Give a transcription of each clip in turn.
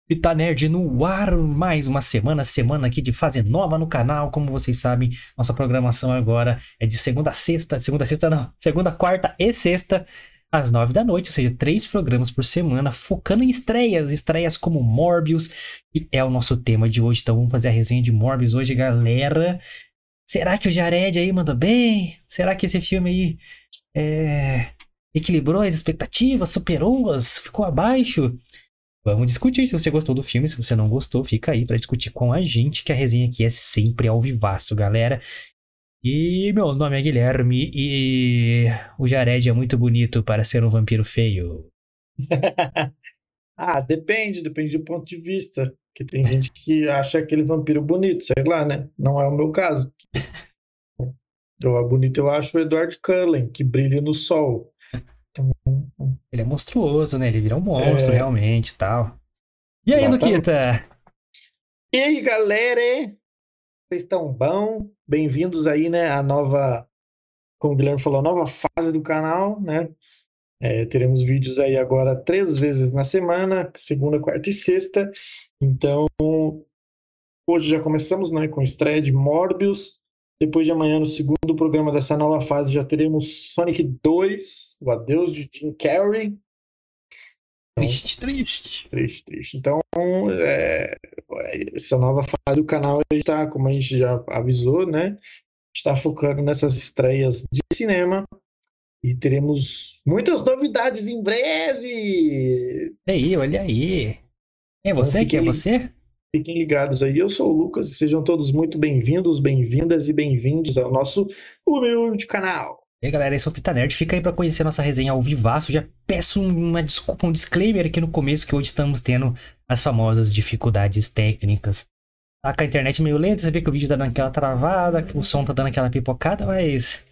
Fita Nerd no ar, mais uma semana aqui de fase nova no canal. Como vocês sabem, nossa programação agora é de segunda a sexta, segunda, quarta e sexta, às 9 da noite, ou seja, 3 programas por semana, focando em estreias como Morbius, que é o nosso tema de hoje. Então vamos fazer a resenha de Morbius hoje, galera. Será que o Jared aí mandou bem? Será que esse filme aí equilibrou as expectativas, superou-as, ficou abaixo? Vamos discutir se você gostou do filme, se você não gostou, fica aí pra discutir com a gente, que a resenha aqui é sempre ao vivaço, galera. E meu nome é Guilherme e o Jared é muito bonito para ser um vampiro feio. Depende do ponto de vista. Que tem gente que acha aquele vampiro bonito, sei lá, né? Não é o meu caso. Bonito eu acho o Edward Cullen, que brilha no sol. Então, Ele é monstruoso, né? Ele vira um monstro é, realmente e tal. E aí, exatamente. Luquita? E aí, galera? Vocês estão bom? Bem-vindos aí, né? À nova, como o Guilherme falou, a nova fase do canal, né? Teremos vídeos aí agora 3 vezes na semana, segunda, quarta e sexta. Então, hoje já começamos, né, com a estreia de Morbius. Depois de amanhã, no segundo programa dessa nova fase, já teremos Sonic 2, o adeus de Jim Carrey. Então, Triste, triste. triste, triste. Então, é, essa nova fase do canal está, como a gente já avisou, né, está focando nessas estreias de cinema e teremos muitas novidades em breve. E aí, olha aí. É Então, você que é você? fiquem ligados aí. Eu sou o Lucas e sejam todos muito bem-vindos, bem-vindas e bem-vindos ao nosso humilde canal. E aí, galera, esse é o Fita Nerd. Fica aí pra conhecer nossa resenha ao vivaço. Já peço uma desculpa, um disclaimer aqui no começo, que hoje estamos tendo as famosas dificuldades técnicas. Tá com a internet meio lenta, você vê que o vídeo tá dando aquela travada, que o som tá dando aquela pipocada, mas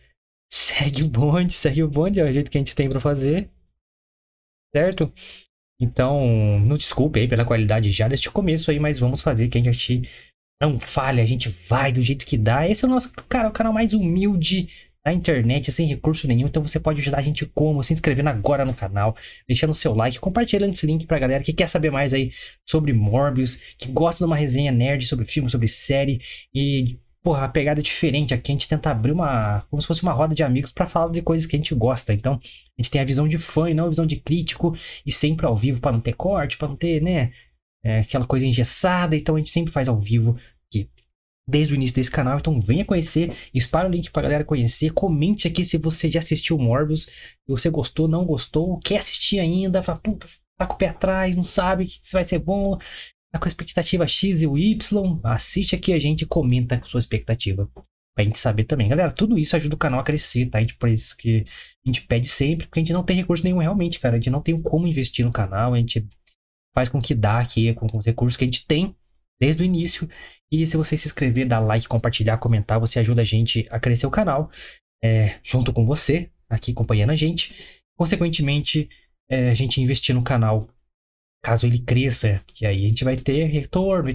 segue o bonde, é o jeito que a gente tem pra fazer, certo? Então, não desculpe aí pela qualidade já deste começo aí, mas vamos fazer que a gente não falha, a gente vai do jeito que dá. Esse é o nosso cara, o canal mais humilde da internet, sem recurso nenhum. Então você pode ajudar a gente como? Se inscrevendo agora no canal, deixando o seu like, compartilhando esse link pra galera que quer saber mais aí sobre Morbius, que gosta de uma resenha nerd sobre filme, sobre série e... Porra, a pegada é diferente. Aqui a gente tenta abrir como se fosse uma roda de amigos pra falar de coisas que a gente gosta. Então, a gente tem a visão de fã e não a visão de crítico. E sempre ao vivo pra não ter corte, pra não ter, né? Aquela coisa engessada. Então, a gente sempre faz ao vivo aqui, desde o início desse canal. Então, venha conhecer. Espalhe o link pra galera conhecer. Comente aqui se você já assistiu Morbius. Se você gostou, não gostou. Quer assistir ainda. Fala, puta, tá com o pé atrás. Não sabe que isso vai ser bom. Tá com a expectativa X e o Y, assiste aqui a gente e comenta com sua expectativa. Pra gente saber também. Galera, tudo isso ajuda o canal a crescer, tá? Por isso que a gente pede sempre, porque a gente não tem recurso nenhum realmente, cara. A gente não tem como investir no canal, a gente faz com que dá aqui, com os recursos que a gente tem desde o início. E se você se inscrever, dar like, compartilhar, comentar, você ajuda a gente a crescer o canal, junto com você, aqui acompanhando a gente. Consequentemente, a gente investir no canal, caso ele cresça, que aí a gente vai ter retorno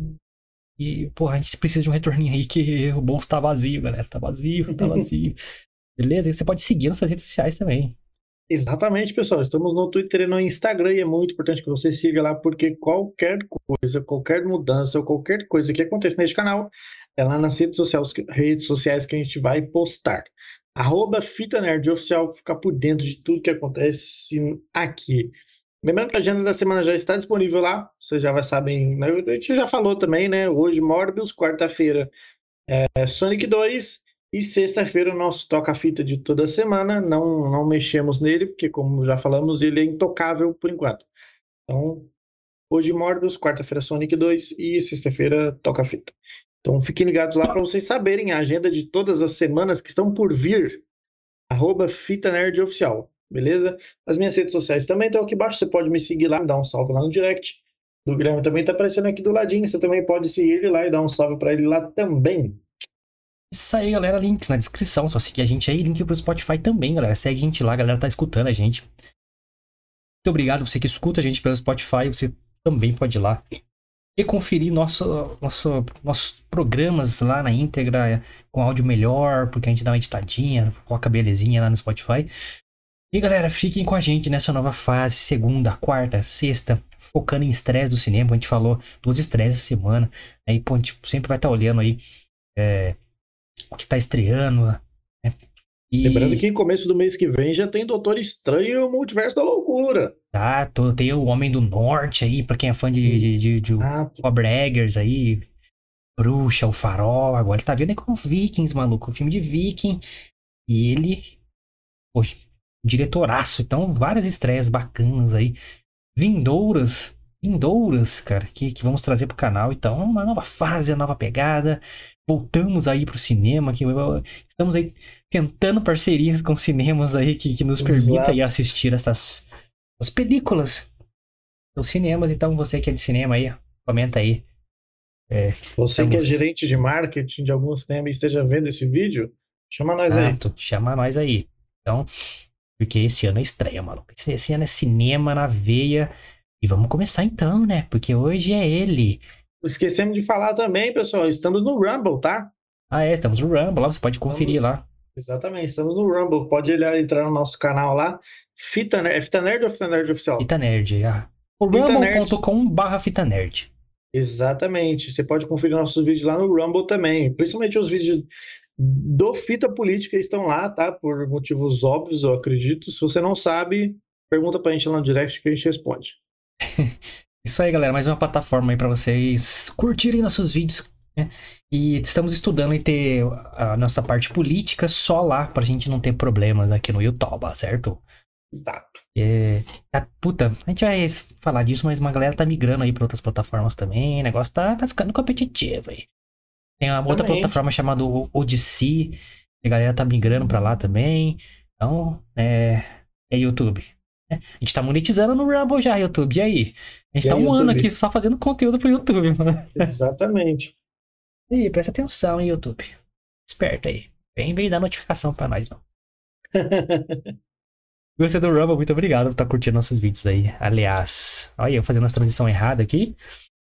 e porra, a gente precisa de um retorninho aí, que o bolso tá vazio, galera, tá vazio, tá vazio. Beleza? E você pode seguir nossas redes sociais também. Exatamente, pessoal. Estamos no Twitter e no Instagram e é muito importante que você siga lá, porque qualquer coisa, qualquer mudança ou qualquer coisa que aconteça neste canal é lá nas redes sociais que a gente vai postar. @Fita Nerd Oficial, ficar por dentro de tudo que acontece aqui. Lembrando que a agenda da semana já está disponível lá, vocês já sabem, né? A gente já falou também, né? Hoje Morbius, quarta-feira Sonic 2 e sexta-feira o nosso toca-fita de toda semana. Não mexemos nele, porque como já falamos, ele é intocável por enquanto. Então, hoje Morbius, quarta-feira Sonic 2 e sexta-feira toca-fita. Então fiquem ligados lá para vocês saberem a agenda de todas as semanas que estão por vir. @Fita Nerd Oficial. Beleza? As minhas redes sociais também estão aqui embaixo. Você pode me seguir lá, dar um salve lá no direct. Do Guilherme também está aparecendo aqui do ladinho. Você também pode seguir ele lá e dar um salve para ele lá também. Isso aí, galera. Links na descrição. Só seguir a gente aí. Link pro Spotify também, galera. Segue a gente lá. A galera tá escutando a gente. Muito obrigado você que escuta a gente pelo Spotify. Você também pode ir lá e conferir nossos programas lá na íntegra, com áudio melhor, porque a gente dá uma editadinha, coloca belezinha lá no Spotify. E galera, fiquem com a gente nessa nova fase, segunda, quarta, sexta, focando em estresse do cinema. A gente falou dos estresses essa semana. Aí, pô, a gente sempre vai estar olhando aí o que tá estreando, né? Lembrando E que em começo do mês que vem já tem Doutor Estranho e o Multiverso da Loucura. tem o Homem do Norte aí, pra quem é fã de Exato. Bob Eggers aí, Bruxa, o Farol. Agora ele tá vendo aí com Vikings, maluco, o filme de Viking. E ele, poxa, diretoraço. Então, várias estreias bacanas aí. Vindouras, cara, que vamos trazer pro canal. Então, uma nova fase, uma nova pegada. Voltamos aí pro cinema, que estamos aí tentando parcerias com cinemas aí que nos permita aí Exato. assistir essas películas dos cinemas. Então, você que é de cinema aí, comenta aí. Você que é Estamos gerente de marketing de algum cinema e esteja vendo esse vídeo, chama nós aí. apto, chama nós aí. Então, porque esse ano é estreia, maluco. Esse ano é cinema na veia. E vamos começar então, né? Porque hoje é ele. Esquecemos de falar também, pessoal, estamos no Rumble, tá? Ah, estamos no Rumble, lá você pode conferir Estamos, lá. exatamente, estamos no Rumble. Pode olhar, entrar no nosso canal lá. É Fita Nerd ou Fita Nerd Oficial? Fita Nerd, ah. O Fita Nerd, rumble.com/Fita Nerd. exatamente. Você pode conferir nossos vídeos lá no Rumble também. Principalmente os vídeos do Fita Política estão lá, tá? Por motivos óbvios, eu acredito. Se você não sabe, pergunta pra gente lá no direct que a gente responde. Isso aí, galera. Mais uma plataforma aí pra vocês curtirem nossos vídeos, né? E estamos estudando em ter a nossa parte política só lá, pra gente não ter problemas aqui no YouTube, certo? Exato. Puta, a gente vai falar disso, mas uma galera tá migrando aí pra outras plataformas também. O negócio tá ficando competitivo aí. Tem uma outra Exatamente. plataforma chamada Odyssey, que a galera tá migrando pra lá também. Então, é YouTube. A gente tá monetizando no Rumble já, YouTube. E aí? A gente E tá aí, um ano aqui YouTube? só fazendo conteúdo pro YouTube, mano. Exatamente. E aí, presta atenção, hein, YouTube. Esperto aí. Vem dar notificação pra nós, não. Gostei do Rumble, muito obrigado por estar curtindo nossos vídeos aí. Aliás, olha eu fazendo as transição errada aqui.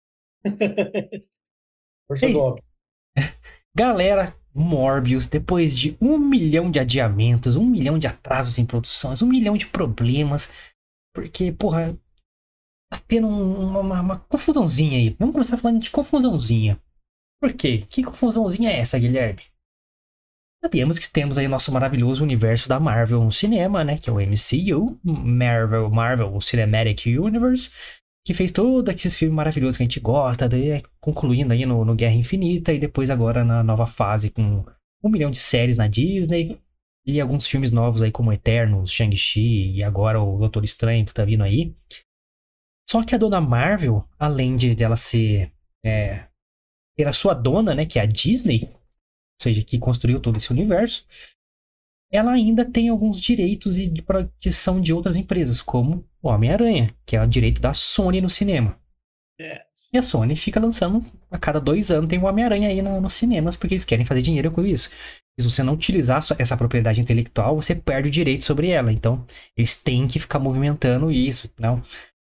Força do Ei, óbvio. galera, Morbius, depois de 1 milhão de adiamentos, 1 milhão de atrasos em produções, 1 milhão de problemas, porque, porra, tá tendo uma confusãozinha aí. Vamos começar falando de confusãozinha. Por quê? Que confusãozinha é essa, Guilherme? Sabemos que temos aí o nosso maravilhoso universo da Marvel no cinema, né? Que é o MCU, Marvel Cinematic Universe, que fez todos aqueles filmes maravilhosos que a gente gosta, daí, concluindo aí no Guerra Infinita e depois agora na nova fase com 1 milhão de séries na Disney e alguns filmes novos aí como Eternos, Shang-Chi e agora o Doutor Estranho que tá vindo aí. Só que a dona Marvel, além de dela ter a sua dona, né, que é a Disney, ou seja, que construiu todo esse universo, ela ainda tem alguns direitos de produção de outras empresas, como o Homem-Aranha, que é o direito da Sony no cinema. É. E a Sony fica lançando, a cada 2 anos tem o Homem-Aranha aí nos cinemas, porque eles querem fazer dinheiro com isso. E se você não utilizar essa propriedade intelectual, você perde o direito sobre ela. Então, eles têm que ficar movimentando isso, não?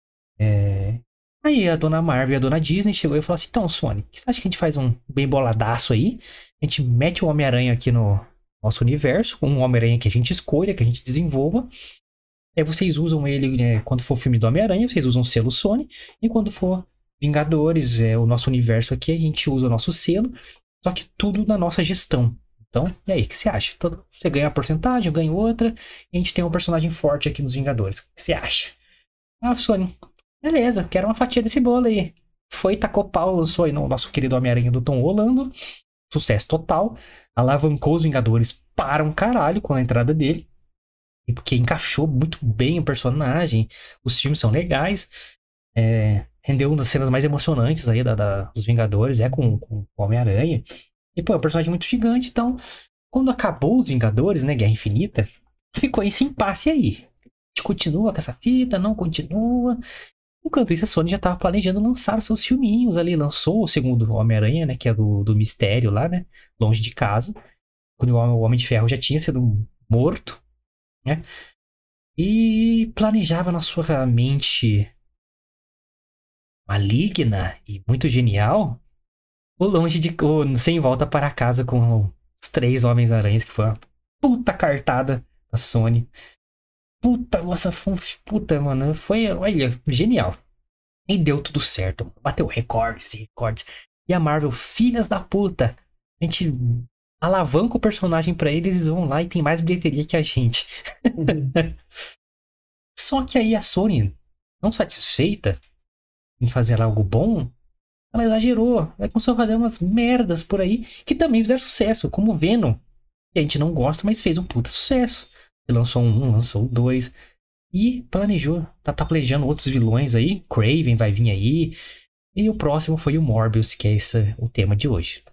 Aí a dona Marvel e a dona Disney chegou e falou assim, então, Sony, você acha que a gente faz um bem boladaço aí? A gente mete o Homem-Aranha aqui no nosso universo, um Homem-Aranha que a gente escolha, que a gente desenvolva. Aí vocês usam ele, né, quando for filme do Homem-Aranha, vocês usam o selo Sony. E quando for Vingadores, o nosso universo aqui, a gente usa o nosso selo. Só que tudo na nossa gestão. Então, e aí, o que você acha? Você ganha uma porcentagem, eu ganho outra. E a gente tem um personagem forte aqui nos Vingadores. O que você acha? Ah, Sony, beleza, quero uma fatia desse bolo aí. Foi, tacou pau, lançou aí no nosso querido Homem-Aranha do Tom Holland. Sucesso total. Alavancou os Vingadores para um caralho com a entrada dele. E porque encaixou muito bem o personagem. Os filmes são legais. Rendeu uma das cenas mais emocionantes aí dos Vingadores. Com o Homem-Aranha. E, pô, é um personagem muito gigante. Então, quando acabou os Vingadores, né? Guerra Infinita, ficou esse impasse aí. A gente continua com essa fita, não continua. Enquanto isso, a Sony já tava planejando lançar seus filminhos ali. Lançou o segundo Homem-Aranha, né? Que é do mistério lá, né? Longe de casa. Quando o Homem de Ferro já tinha sido morto, né? E planejava na sua mente maligna e muito genial o Sem Volta para Casa com os 3 Homens-Aranhas, que foi uma puta cartada da Sony. Puta, nossa, puta, mano, foi, olha, genial. E deu tudo certo, bateu recordes e recordes. E a Marvel, filhas da puta, a gente alavanca o personagem pra eles, eles vão lá e tem mais bilheteria que a gente. Só que aí a Sony, não satisfeita em fazer algo bom, ela exagerou. Ela começou a fazer umas merdas por aí que também fizeram sucesso, como Venom, que a gente não gosta, mas fez um puta sucesso. Ele lançou um, lançou dois. E planejou, tá planejando outros vilões aí. Craven vai vir aí. E o próximo foi o Morbius, que é esse o tema de hoje.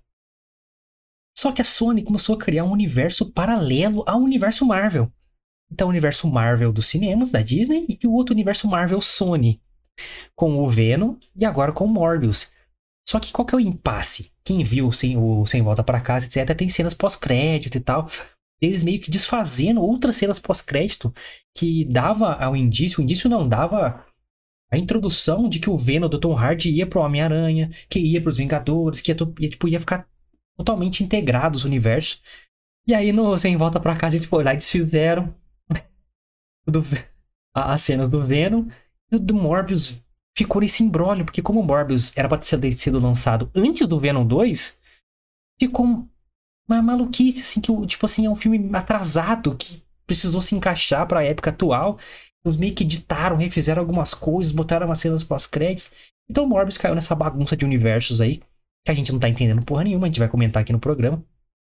Só que a Sony começou a criar um universo paralelo ao universo Marvel. Então, o universo Marvel dos cinemas, da Disney, e o outro universo Marvel Sony, com o Venom e agora com o Morbius. Só que qual que é o impasse? Quem viu o Sem Volta Pra Casa, etc., tem cenas pós-crédito e tal. Eles meio que desfazendo outras cenas pós-crédito que dava ao indício, o indício não, dava a introdução de que o Venom do Tom Hardy ia pro Homem-Aranha, que ia pros Vingadores, que ia ficar totalmente integrados os universos. E aí no Sem Volta Pra Casa eles foram lá e desfizeram do, as cenas do Venom e o do Morbius ficou nesse imbróglio, porque como o Morbius era pra ter sido lançado antes do Venom 2, ficou uma maluquice, assim, que tipo assim, é um filme atrasado, que precisou se encaixar pra época atual. Eles meio que editaram, refizeram algumas coisas, botaram umas cenas pós-créditos. Então o Morbius caiu nessa bagunça de universos aí, que a gente não tá entendendo porra nenhuma, a gente vai comentar aqui no programa.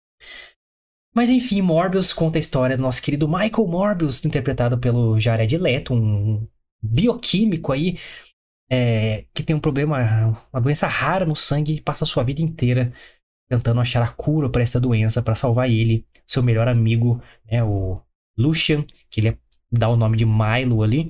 Mas enfim, Morbius conta a história do nosso querido Michael Morbius, interpretado pelo Jared Leto, um bioquímico aí, que tem um problema, uma doença rara no sangue e passa a sua vida inteira tentando achar a cura para essa doença, para salvar ele, seu melhor amigo, né, o Lucian, que ele dá o nome de Milo ali,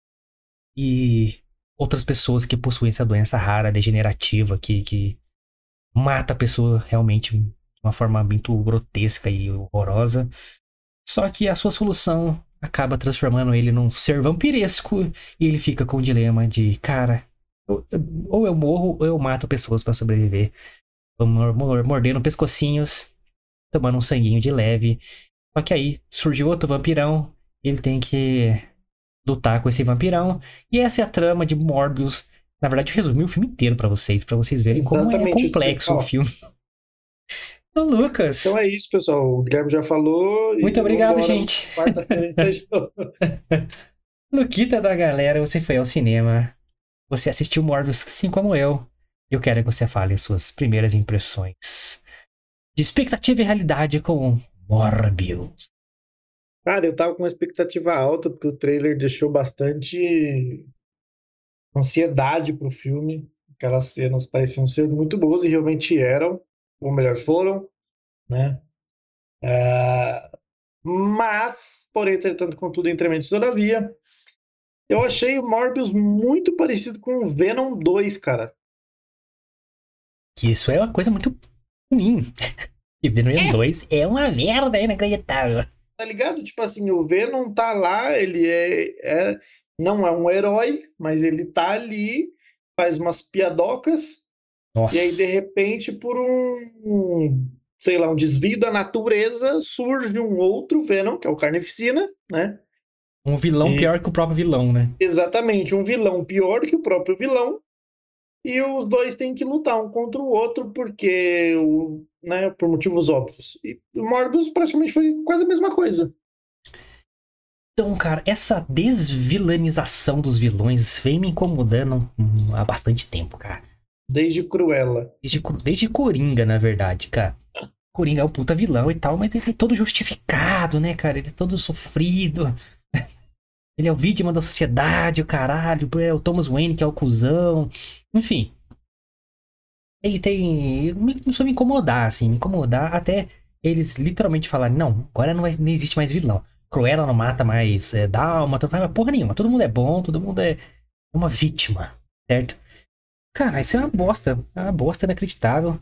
e outras pessoas que possuem essa doença rara, degenerativa, que mata a pessoa realmente de uma forma muito grotesca e horrorosa. Só que a sua solução acaba transformando ele num ser vampiresco e ele fica com o dilema de, cara, ou eu morro ou eu mato pessoas para sobreviver. Mordendo pescocinhos, tomando um sanguinho de leve. Só que aí surgiu outro vampirão, ele tem que lutar com esse vampirão. E essa é a trama de Morbius. Na verdade, eu resumi o filme inteiro pra vocês verem como é complexo o filme. Então, Lucas. Então é isso, pessoal. O Guilherme já falou. Muito obrigado, gente. Luquita da galera, você foi ao cinema. Você assistiu Morbius, assim como eu. Eu quero que você fale as suas primeiras impressões de expectativa e realidade com Morbius. Cara, eu tava com uma expectativa alta, porque o trailer deixou bastante ansiedade pro filme. Aquelas cenas pareciam ser muito boas e realmente eram, ou melhor, foram, né? Mas, porém, entretanto, contudo, entre mentes, todavia, eu achei o Morbius muito parecido com o Venom 2, cara. Que isso é uma coisa muito ruim. E Venom 2 é uma merda inacreditável. Tá ligado? Tipo assim, o Venom tá lá, ele não é um herói, mas ele tá ali, faz umas piadocas, Nossa. e aí, de repente, por sei lá, um desvio da natureza, surge um outro Venom, que é o Carnificina, né? Um vilão pior que o próprio vilão, né? Exatamente, um vilão pior que o próprio vilão, e os dois têm que lutar um contra o outro, porque, né, por motivos óbvios. E o Morbius praticamente foi quase a mesma coisa. Então, cara, essa desvilanização dos vilões vem me incomodando há bastante tempo, cara. Desde Cruella. Desde Coringa, na verdade, cara. Coringa é um puta vilão e tal, mas ele é todo justificado, né, cara? Ele é todo sofrido. Ele é o vítima da sociedade, o caralho. É o Thomas Wayne, que é o cuzão. Enfim. Começou a me incomodar, assim. Me incomodar até eles literalmente falarem, não, agora não existe mais vilão. Cruella não mata mais Dálmata, não faz porra nenhuma. Todo mundo é bom, todo mundo é uma vítima, certo? Cara, isso é uma bosta inacreditável.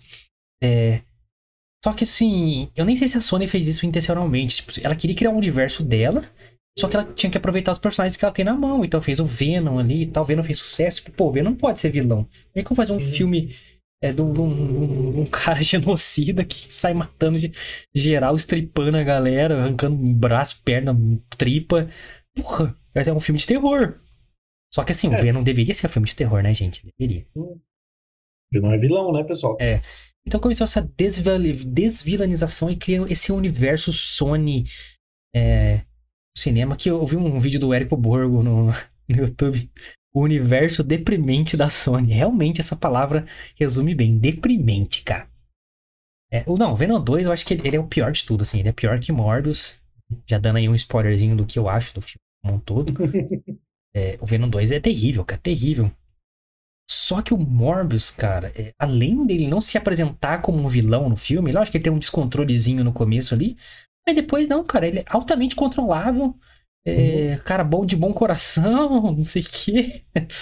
Só que assim, eu nem sei se a Sony fez isso intencionalmente. Tipo, ela queria criar um universo dela, só que ela tinha que aproveitar os personagens que ela tem na mão. Então fez o Venom ali e tal. O Venom fez sucesso. Pô, o Venom não pode ser vilão. E aí como fazer um filme de um cara genocida que sai matando geral, estripando a galera, arrancando braço, perna, tripa. porra, é um filme de terror. Só que assim, o É, Venom deveria ser um filme de terror, né, gente? Deveria. ele não é vilão, né, pessoal? É. Então começou essa desvilanização e criou esse universo Sony cinema que eu vi um vídeo do Érico Borgo no YouTube. O universo deprimente da Sony. Realmente essa palavra resume bem. Deprimente, cara. Não, o Venom 2 eu acho que ele é o pior de tudo, assim. Ele é pior que Morbius. Já dando aí um spoilerzinho do que eu acho do filme como um todo. O Venom 2 é terrível, cara. Terrível. Só que o Morbius, cara, além dele não se apresentar como um vilão no filme, lógico que ele tem um descontrolezinho no começo ali, mas depois não, cara, ele é altamente controlável, cara bom de bom coração, não sei o quê.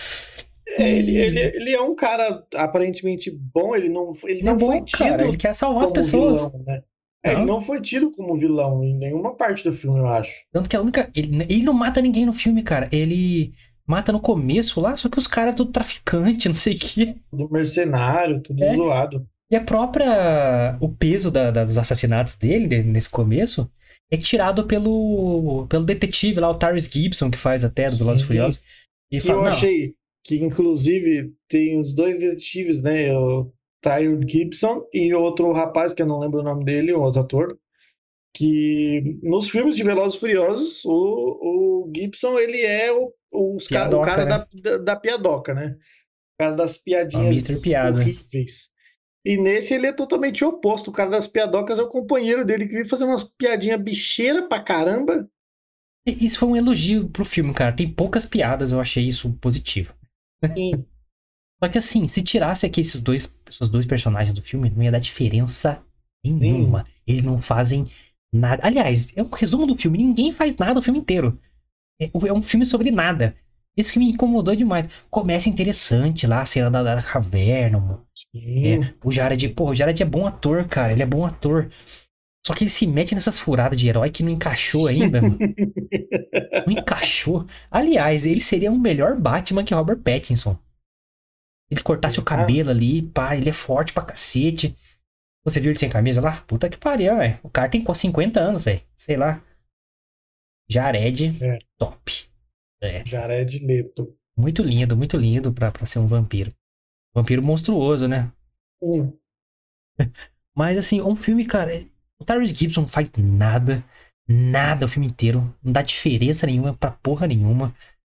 E Ele é um cara aparentemente bom, ele ele é não foi bom, cara, ele tido quer salvar as como pessoas. vilão, né? Ele Não, não foi tido como vilão em nenhuma parte do filme, eu acho. tanto que a única. Ele não mata ninguém no filme, cara. Ele mata no começo lá, só que os caras tudo traficante, não sei o quê. Tudo mercenário, tudo É. zoado. E a própria. O peso dos assassinatos dele, nesse começo, é tirado pelo detetive lá, o Tyrese Gibson, que faz até do Velozes e Sim. Furiosos. E E eu fala, não, achei que, inclusive, tem os dois detetives, né? O Tyrone Gibson e outro rapaz, que eu não lembro o nome dele, o outro ator, que nos filmes de Velozes e Furiosos, o Gibson, ele é o piadoca, cara né? da piadoca, né? O cara das É o Mr. piadinhas Piada. horríveis. E nesse ele é totalmente oposto. O cara das piadocas é o companheiro dele que vive fazendo umas piadinhas bicheira pra caramba. Isso foi um elogio pro filme, cara. Tem poucas piadas, eu achei isso positivo. Sim, Só que assim, se tirasse aqui esses dois personagens do filme, não ia dar diferença sim. nenhuma. Eles não fazem nada. Aliás, é um resumo do filme. Ninguém faz nada o filme inteiro. É um filme sobre nada. Isso que me incomodou demais. Começa interessante lá, a cena da caverna. Sim. O Jared é bom ator, cara. Ele é bom ator. Só que ele se mete nessas furadas de herói que não encaixou ainda, mano. Não encaixou. Aliás, ele seria um melhor Batman que Robert Pattinson. Se ele cortasse o Ah, cabelo ali, pá, ele é forte pra cacete. Você viu ele sem camisa lá? Puta que pariu, velho. O cara tem quase 50 anos, velho. Sei lá. Jared, é, top. É. Jared Leto. Muito lindo pra ser um vampiro. Vampiro monstruoso, né? Hum. Mas assim, um filme, cara. O Tyrese Gibson não faz nada. Nada o filme inteiro. Não dá diferença nenhuma pra porra nenhuma.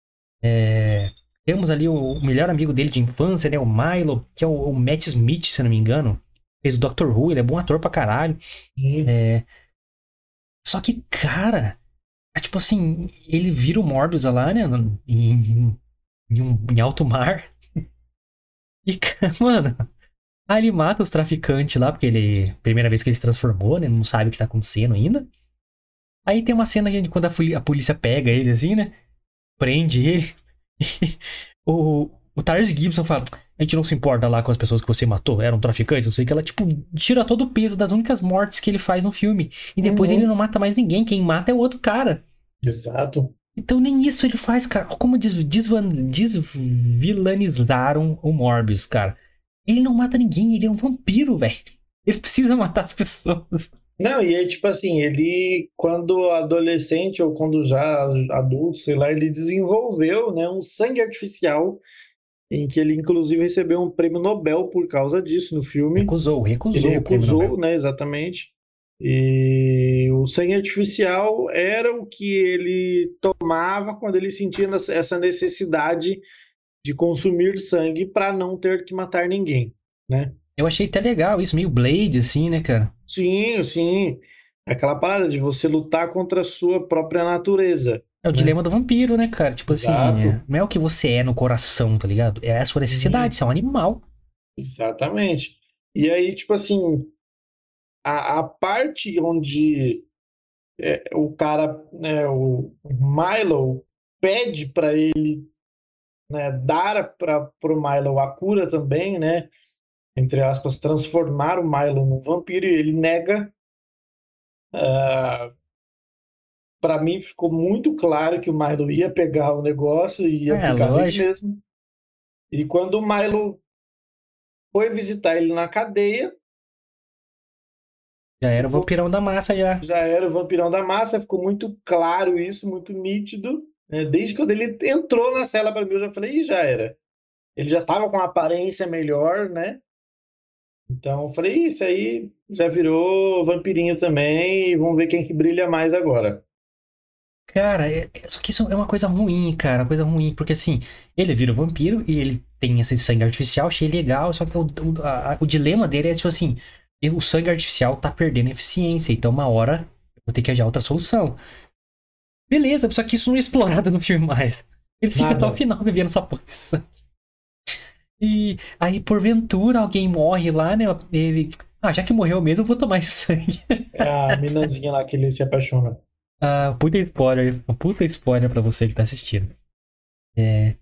Temos ali o melhor amigo dele de infância, né? O Milo, que é o Matt Smith, se eu não me engano. Fez o Doctor Who, ele é bom ator pra caralho. Sim. Só que, cara, tipo assim, ele vira o Morbius lá, né? Em alto mar. E, mano, aí ele mata os traficantes lá, porque ele. Primeira vez que ele se transformou, né? Não sabe o que tá acontecendo ainda. Aí tem uma cena de quando a polícia pega ele, assim, né? Prende ele. O Tyrese Gibson fala: a gente não se importa lá com as pessoas que você matou, eram traficantes, não sei o que. Ela, tipo, tira todo o peso das únicas mortes que ele faz no filme. E depois Uhum. ele não mata mais ninguém. Quem mata é o outro cara. Exato. Então nem isso ele faz, cara. Olha como desvilanizaram o Morbius, cara. Ele não mata ninguém, ele é um vampiro, velho. Ele precisa matar as pessoas. Não, e aí, tipo assim, ele, quando adolescente ou quando já adulto, sei lá, ele desenvolveu, né, um sangue artificial, em que ele, inclusive, recebeu um prêmio Nobel por causa disso no filme. Ele Recusou o prêmio Nobel. recusou, né, exatamente. E o sangue artificial era o que ele tomava quando ele sentia essa necessidade de consumir sangue para não ter que matar ninguém, né? Eu achei até legal isso, meio Blade, assim, né, cara? Sim, sim. Aquela parada de você lutar contra a sua própria natureza, É o né? dilema do vampiro, né, cara? Tipo assim, Exato. não é o que você é no coração, tá ligado? É a sua necessidade, Sim, você é um animal. exatamente. E aí, tipo assim, a parte onde o cara, né, o Milo pede para ele, né, dar para o Milo a cura também, né? Entre aspas, transformar o Milo num vampiro, e ele nega. Para mim ficou muito claro que o Milo ia pegar o negócio e ia É, aplicar nele lógico. mesmo. E quando o Milo foi visitar ele na cadeia, Já era o ficou, vampirão da massa já. já era o vampirão da massa, ficou muito claro isso, muito nítido. Desde quando ele entrou na cela pra mim, eu já falei, Ih, já era. Ele já tava com uma aparência melhor, né? Então eu falei, isso aí já virou vampirinho também, e vamos ver quem que brilha mais agora. Cara, só que isso é uma coisa ruim, cara. Uma coisa ruim, porque assim, ele vira um vampiro e ele tem esse sangue artificial, achei legal, só que o dilema dele é tipo assim, o sangue artificial tá perdendo eficiência, então uma hora eu vou ter que achar outra solução. Beleza, só que isso não é explorado no filme mais. Ele fica até o Nada. final bebendo essa porra de sangue. E aí, porventura, alguém morre lá, né? Ele. Ah, já que morreu mesmo, eu vou tomar esse sangue. É a minazinha lá que ele se apaixona. Ah, puta spoiler. Um puta spoiler pra você que tá assistindo. É.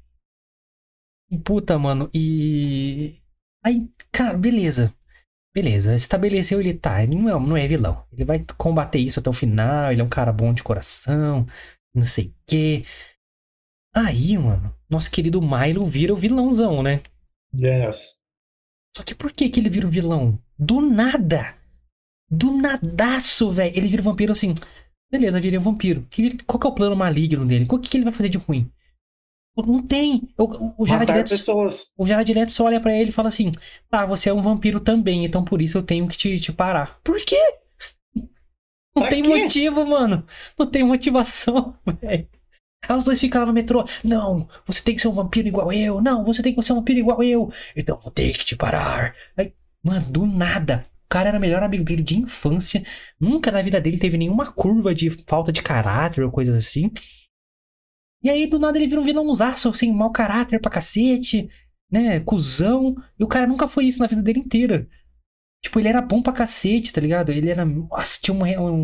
Puta, mano. E. Aí, cara, beleza. Beleza. Estabeleceu ele, tá. Ele não é vilão. Ele vai combater isso até o final. Ele é um cara bom de coração. Não sei o quê. Aí, mano, nosso querido Milo vira o vilãozão, né? Yes. Só que por que que ele vira o vilão? Do nada! Do nadaço, velho! Ele vira o vampiro assim. Beleza, virei um vampiro. Qual que é o plano maligno dele? O que ele vai fazer de ruim? Não tem. O Jared Matar Leto, pessoas. o Jared Leto só olha pra ele e fala assim: Ah, você é um vampiro também, então por isso eu tenho que te parar. Por quê? Não Pra tem quê? motivo, mano. Não tem motivação, velho. Aí os dois ficam lá no metrô. Não, você tem que ser um vampiro igual eu. Não, você tem que ser um vampiro igual eu. Então vou ter que te parar. Aí, mano, do nada. O cara era o melhor amigo dele de infância. Nunca na vida dele teve nenhuma curva de falta de caráter ou coisas assim. E aí, do nada, ele vira um vilãozaço, assim, mau caráter pra cacete, né? Cusão. E o cara nunca foi isso na vida dele inteira. Tipo, ele era bom pra cacete, tá ligado? Ele era. Nossa, tinha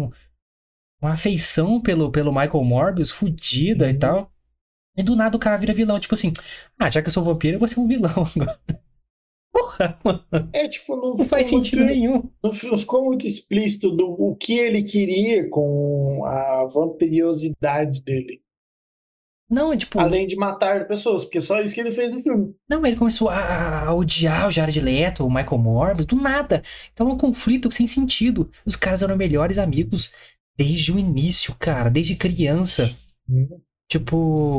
uma afeição pelo Michael Morbius, fudida e Uhum. tal. E do nada o cara vira vilão, tipo assim, ah, já que eu sou vampiro, eu vou ser um vilão agora. Porra, mano, Tipo, não não faz ficou muito, sentido nenhum. não ficou muito explícito do o que ele queria com a vampiriosidade dele. Não, é tipo, Além de matar pessoas, porque só isso que ele fez no filme. não, ele começou a odiar o Jared Leto, o Michael Morbius, do nada. Então é um conflito sem sentido. Os caras eram melhores amigos desde o início, cara, desde criança. Uhum. Tipo,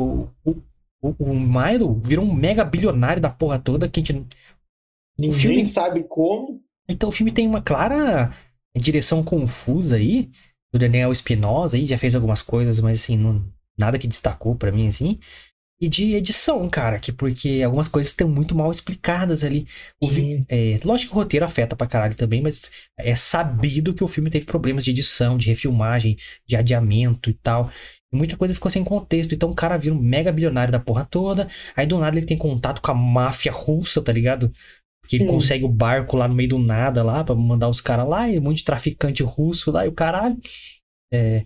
o Milo virou um mega bilionário da porra toda. Que a gente, o Ninguém filme. sabe como. Então o filme tem uma clara direção confusa aí. O Daniel Espinosa aí já fez algumas coisas, mas assim, nada que destacou pra mim assim. E de edição, cara, porque algumas coisas estão muito mal explicadas ali. Sim. Lógico que o roteiro afeta pra caralho também, mas é sabido que o filme teve problemas de edição, de refilmagem, de adiamento e tal. E muita coisa ficou sem contexto. Então o cara vira um mega bilionário da porra toda. Aí do nada ele tem contato com a máfia russa, tá ligado? Porque ele Sim. consegue o barco lá no meio do nada lá pra mandar os caras lá. E um monte de traficante russo lá e o caralho. É,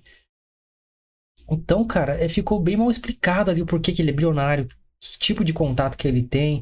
então, cara, ficou bem mal explicado ali o porquê que ele é bilionário, que tipo de contato que ele tem.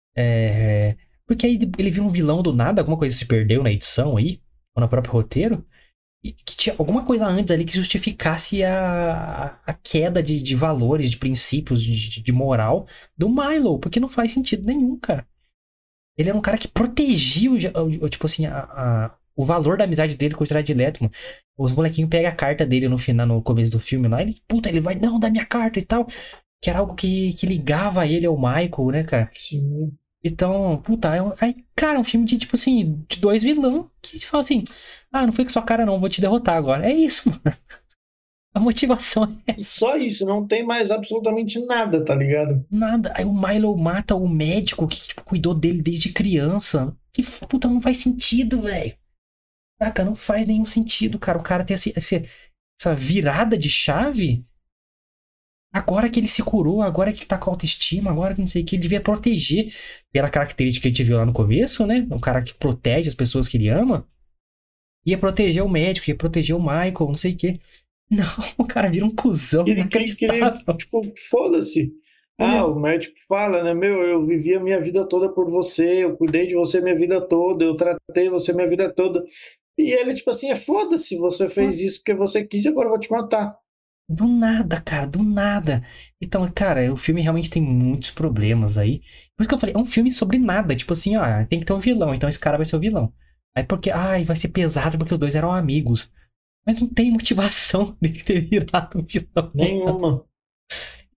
Porque aí ele viu um vilão do nada, alguma coisa se perdeu na edição aí, ou no próprio roteiro, e que tinha alguma coisa antes ali que justificasse a queda de valores, de princípios, de moral do Milo, porque não faz sentido nenhum, cara. Ele era um cara que protegia tipo assim, o valor da amizade dele com o Jared Leto, mano. Os molequinhos pegam a carta dele no final, no começo do filme lá, ele, puta, ele vai, não, dá minha carta e tal. Que era algo que ligava ele ao Michael, né, cara? Sim. Então, puta, cara, é um filme de, tipo assim, de dois vilão que fala assim, ah, não foi com sua cara não, vou te derrotar agora. É isso, mano. A motivação é E essa. só isso, não tem mais absolutamente nada, tá ligado? Nada. Aí o Milo mata o médico que, tipo, cuidou dele desde criança. Puta, não faz sentido, velho. Saca, não faz nenhum sentido, cara. O cara tem essa virada de chave. Agora que ele se curou, agora que ele tá com autoestima, agora que não sei o que, ele devia proteger. Pela característica que a gente viu lá no começo, né? Um cara que protege as pessoas que ele ama. Ia proteger o médico, ia proteger o Michael, não sei o que. Não, o cara vira um cuzão inacreditável. Tipo, foda-se. Ele Ah, é. o médico fala, né? Meu, eu vivi a minha vida toda por você, eu cuidei de você minha vida toda, eu tratei você minha vida toda. E ele, tipo assim, foda-se, você fez isso porque você quis e agora eu vou te matar. Do nada, cara, do nada. Então, cara, o filme realmente tem muitos problemas aí. Por isso que eu falei, é um filme sobre nada. Tipo assim, ó, tem que ter um vilão, então esse cara vai ser o vilão. Aí porque, ai, vai ser pesado porque os dois eram amigos. Mas não tem motivação dele ter virado um vilão. Nenhuma.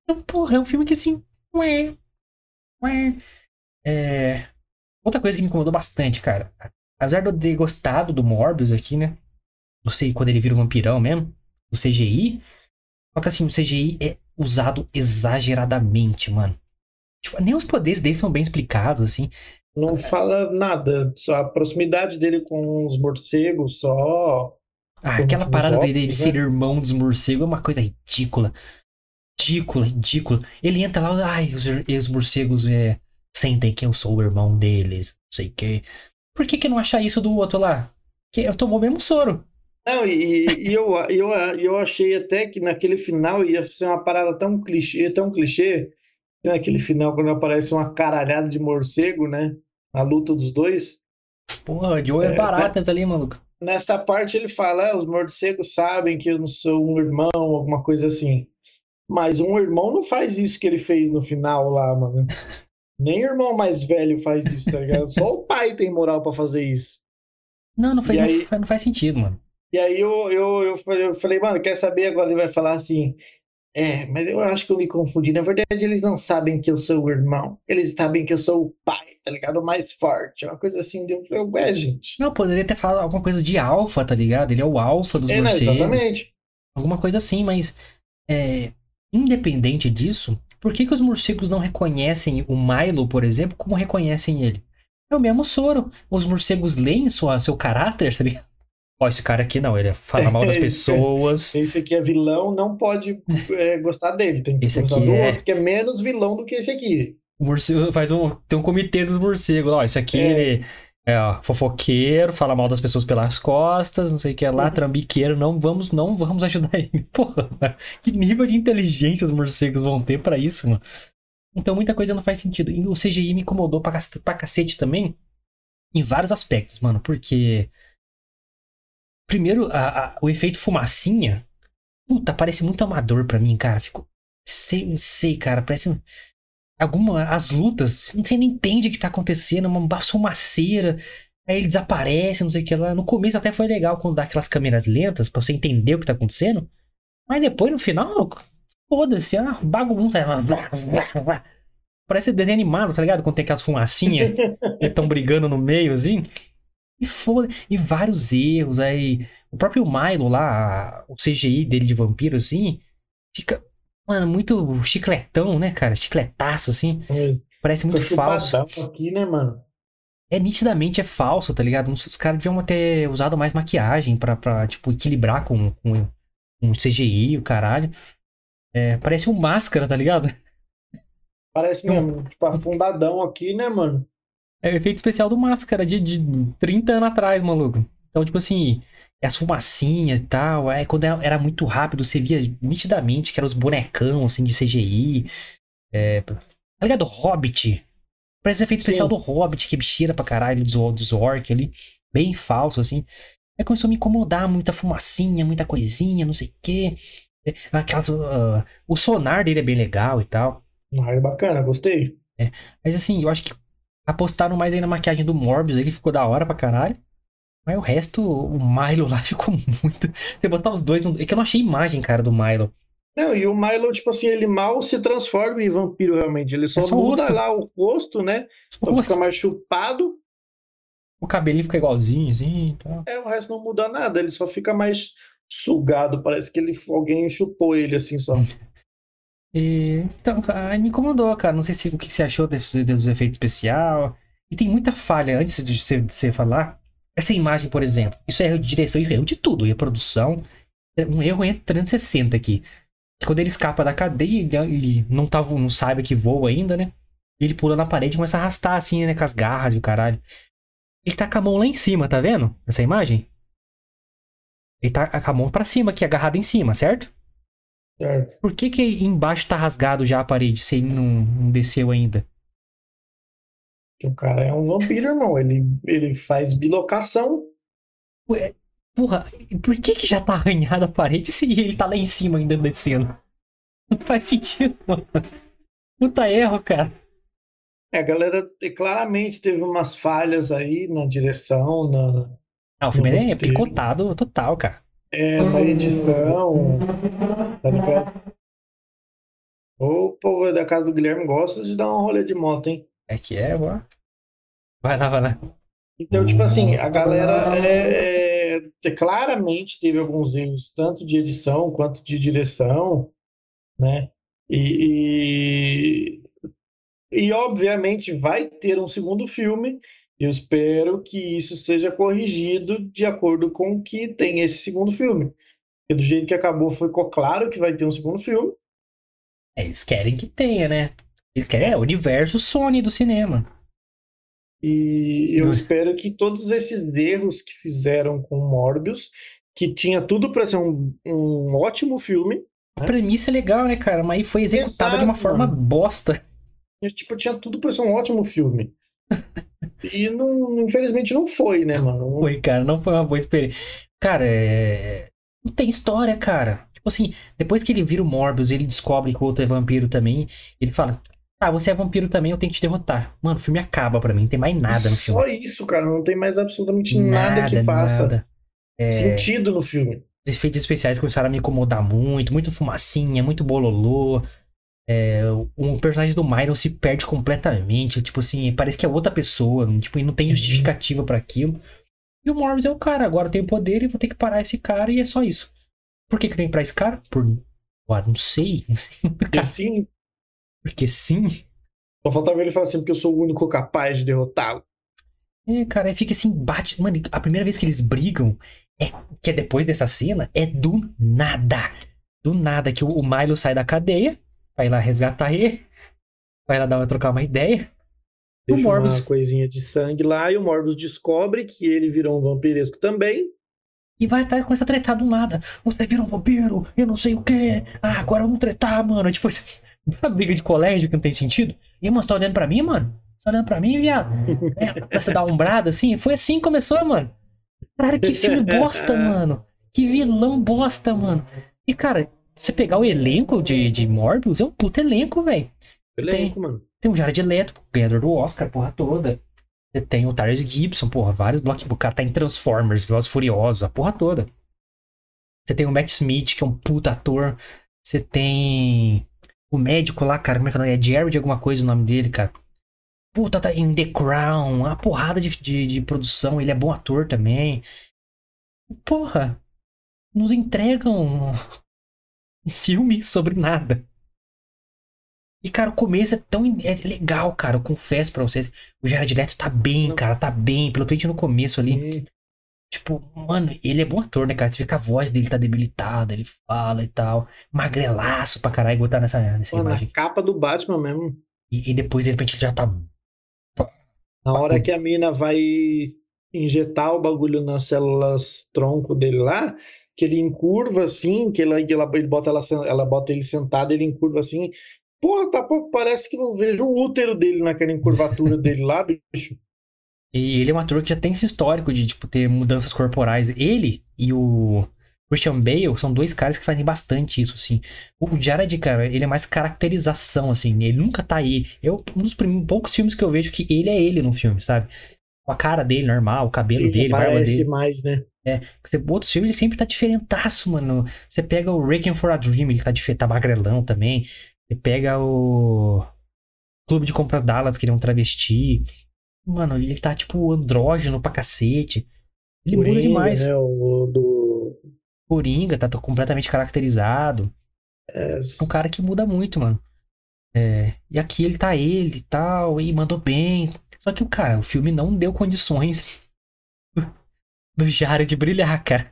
Porra, é um filme que assim. Ué, ué. É... Outra coisa que me incomodou bastante, cara. Apesar de eu ter gostado do Morbius aqui, né? Não sei quando ele vira um vampirão mesmo. O CGI. Só que assim, o CGI é usado exageradamente, mano. Tipo, nem os poderes dele são bem explicados, assim. Não fala nada, só a proximidade dele com os morcegos, só Ah, com aquela os parada dele óculos, ser né? irmão dos morcegos é uma coisa ridícula. Ridícula, ridícula. Ele entra lá, ai, os morcegos sentem que eu sou o irmão deles, não sei o quê. Por que não achar isso do outro lá? Que eu tomou o mesmo soro. Não, e eu achei até que naquele final ia ser uma parada tão clichê, que naquele final, quando aparece uma caralhada de morcego, né? A luta dos dois. Porra, Joey Baratas ali, maluco. Nessa parte ele fala, os morcegos sabem que eu não sou um irmão, alguma coisa assim. Mas um irmão não faz isso que ele fez no final lá, mano. Nem irmão mais velho faz isso, tá ligado? Só o pai tem moral pra fazer isso. Não, E aí, não faz sentido, mano. eu falei, mano, quer saber? Agora ele vai falar assim. Mas eu acho que eu me confundi. Na verdade, eles não sabem que eu sou o irmão. Eles sabem que eu sou o pai, tá ligado? O mais forte. Uma coisa assim. Eu falei, ué, gente. Não, poderia ter falado alguma coisa de alfa, tá ligado? Ele é o alfa dos Não, morcegos. exatamente. Alguma coisa assim, mas é, independente disso, por que os morcegos não reconhecem o Milo, por exemplo, como reconhecem ele? É o mesmo soro. Os morcegos leem seu caráter, tá ligado? Ó, esse cara aqui não, ele fala mal das pessoas. Esse aqui é vilão, não pode gostar dele. Tem que Esse gostar aqui do é. outro, que é menos vilão do que esse aqui. O morcego tem um comitê dos morcegos. Ó, esse aqui, É, ele é ó, fofoqueiro, fala mal das pessoas pelas costas, não sei o que lá, trambiqueiro, não vamos ajudar ele. Porra, mano, que nível de inteligência os morcegos vão ter pra isso, mano? Então muita coisa não faz sentido. E o CGI me incomodou pra cacete também, em vários aspectos, mano, porque. Primeiro, o efeito fumacinha, puta, parece muito amador pra mim, cara. Fico. Sei, cara, parece. As lutas, você não entende o que tá acontecendo, uma fumaceira, aí ele desaparece, não sei o que lá. No começo até foi legal quando dá aquelas câmeras lentas pra você entender o que tá acontecendo, mas depois no final, foda-se, bagunça. Parece desenho animado, tá ligado? Quando tem aquelas fumacinhas e estão brigando no meio, assim. E foda e vários erros, aí. O próprio Milo lá, o CGI dele de vampiro, assim, fica, mano, muito chicletão, né, cara? Chicletaço, assim. Parece fica muito falso. chupadão aqui, né, mano? Nitidamente é falso, tá ligado? Os caras deviam ter usado mais maquiagem pra tipo, equilibrar com o CGI, o caralho. Parece um máscara, tá ligado? Parece mesmo, tipo, afundadão aqui, né, mano? É o efeito especial do máscara de 30 anos atrás, maluco. Então, tipo assim, as fumacinhas e tal. Quando era muito rápido, você via nitidamente que eram os bonecão, assim, de CGI. Tá ligado? Hobbit. Parece efeito especial do Sim. Hobbit, que bicheira pra caralho, dos orc ali. Bem falso, assim. Aí começou a me incomodar, muita fumacinha, muita coisinha, não sei o quê. O sonar dele é bem legal e tal. Ah, é bacana, gostei. Mas assim, eu acho que apostaram mais aí na maquiagem do Morbius, ele ficou da hora pra caralho. Mas o resto, o Milo lá ficou muito. Você botar os dois. É que eu não achei imagem, cara, do Milo. Não, e o Milo, tipo assim, ele mal se transforma em vampiro realmente. Ele É só só o muda rosto. lá o rosto, né? Só o Só fica rosto. mais chupado. O cabelinho fica igualzinho, assim e tal. O resto não muda nada. Ele só fica mais sugado. Parece que alguém chupou ele assim só. Então, cara, me incomodou, cara. Não sei se o que você achou dos efeitos especial. E tem muita falha antes de você falar. Essa imagem, por exemplo, isso é erro de direção e erro de tudo. E a produção. Um erro em 360 aqui. Quando ele escapa da cadeia, ele não sabe que voa ainda, né? Ele pula na parede e começa a arrastar assim, né? Com as garras e o caralho. Ele tá com a mão lá em cima, tá vendo? Essa imagem? Ele tá com a mão pra cima aqui, agarrado em cima, certo? Certo? Por que embaixo tá rasgado já a parede, se ele não desceu ainda? Que o cara é um vampiro, irmão. Ele faz bilocação. Ué, porra, por que já tá arranhada a parede se ele tá lá em cima ainda descendo? Não faz sentido, mano. Puta erro, cara. A galera claramente teve umas falhas aí na direção, Ah, o no filme é roteiro, picotado total, cara. na edição, tá ligado? Ô, povo da casa do Guilherme gosta de dar um rolê de moto, hein? É que é, ó. Vai lá, vai lá. Então, tipo assim, a galera claramente teve alguns erros, tanto de edição quanto de direção, né? E, obviamente vai ter um segundo filme. Eu espero que isso seja corrigido de acordo com o que tem esse segundo filme. Porque do jeito que acabou, ficou claro que vai ter um segundo filme. Eles querem que tenha, né? Eles querem, o universo Sony do cinema. E eu espero que todos esses erros que fizeram com Morbius, que tinha tudo para ser um ótimo filme. A premissa é legal, né, cara? Mas aí foi executada de uma forma bosta. Tipo, tinha tudo pra ser um ótimo filme. E não, infelizmente não foi, né, mano? Foi, cara, não foi uma boa experiência. Cara, não tem história, cara. Tipo assim, depois que ele vira o Morbius, ele descobre que o outro é vampiro também. Ele fala: Ah, você é vampiro também, eu tenho que te derrotar. Mano, o filme acaba pra mim, não tem mais nada no filme. Só isso, cara. Não tem mais absolutamente nada que faça sentido no filme. Os efeitos especiais começaram a me incomodar muito, muito fumacinha, muito bololô. O personagem do Myron se perde completamente. Tipo assim, parece que é outra pessoa. Tipo, e não tem justificativa pra aquilo. E o Morbius é o cara, agora eu tenho poder e vou ter que parar esse cara e é só isso. Por que tem que parar esse cara? Não sei. Porque sim. Porque sim. Só faltava ele falar assim, porque eu sou o único capaz de derrotá-lo. Cara, aí fica assim, bate. Mano, a primeira vez que eles brigam, que é depois dessa cena, é do nada. Do nada que o Milo sai da cadeia, vai lá resgatar ele, vai lá trocar uma ideia. Deixa o Morbius... uma coisinha de sangue lá e o Morbius descobre que ele virou um vampiresco também. E vai atrás, começa a tretar do nada. Você virou um vampiro, eu não sei o quê. Ah, agora vamos tretar, mano. Tipo, uma briga de colégio que não tem sentido. E, mano, você tá olhando pra mim, mano? Você tá olhando pra mim, viado? Você dá uma umbrada assim? Foi assim que começou, mano. Cara, que filme bosta, mano. Que vilão bosta, mano. E, cara, você pegar o elenco de Morbius, é um puta elenco, velho. Mano. Tem o Jared Leto, ganhador do Oscar, porra toda. Você tem o Tyrese Gibson, porra, vários blockbusters. O cara tá em Transformers, Velozes e Furiosos, a porra toda. Você tem o Matt Smith, que é um puta ator. Você tem o médico lá, cara, como é que é o nome? É Jared alguma coisa o nome dele, cara. Puta, tá em The Crown, uma porrada de produção. Ele é bom ator também. Porra, nos entregam um filme sobre nada. E, cara, o começo é legal, cara. Eu confesso pra vocês. O Jared Leto tá bem, cara. Tá bem. Pelo menos no começo ali. Tipo, mano, ele é bom ator, né, cara? Você vê que a voz dele tá debilitada. Ele fala e tal. Magrelaço pra caralho botar nessa imagem. Na capa do Batman mesmo. E depois, de repente, ele já tá... Na hora que a mina vai injetar o bagulho nas células tronco dele lá, que ele encurva assim, que ele bota ele sentado, ele encurva assim. Porra, parece que não vejo o útero dele naquela encurvatura dele lá, bicho. E ele é um ator que já tem esse histórico de, tipo, ter mudanças corporais. Ele e o Christian Bale são dois caras que fazem bastante isso, assim. O Jared, cara, ele é mais caracterização, assim. Ele nunca tá aí. Um dos poucos filmes que eu vejo que ele é ele no filme, sabe? Com a cara dele normal, o cabelo dele, a barba dele. Mais, né? Outros filmes ele sempre tá diferentaço, mano. Você pega o Requiem for a Dream, ele tá magrelão também. Você pega o Clube de Compras Dallas, que ele é um travesti. Mano, ele tá tipo andrógeno pra cacete. Ele Coringa, muda demais. Né? O do Coringa tá completamente caracterizado. É um cara que muda muito, mano. E aqui ele tá ele e tal, e mandou bem. Só que o filme não deu condições do Jared brilhar, cara.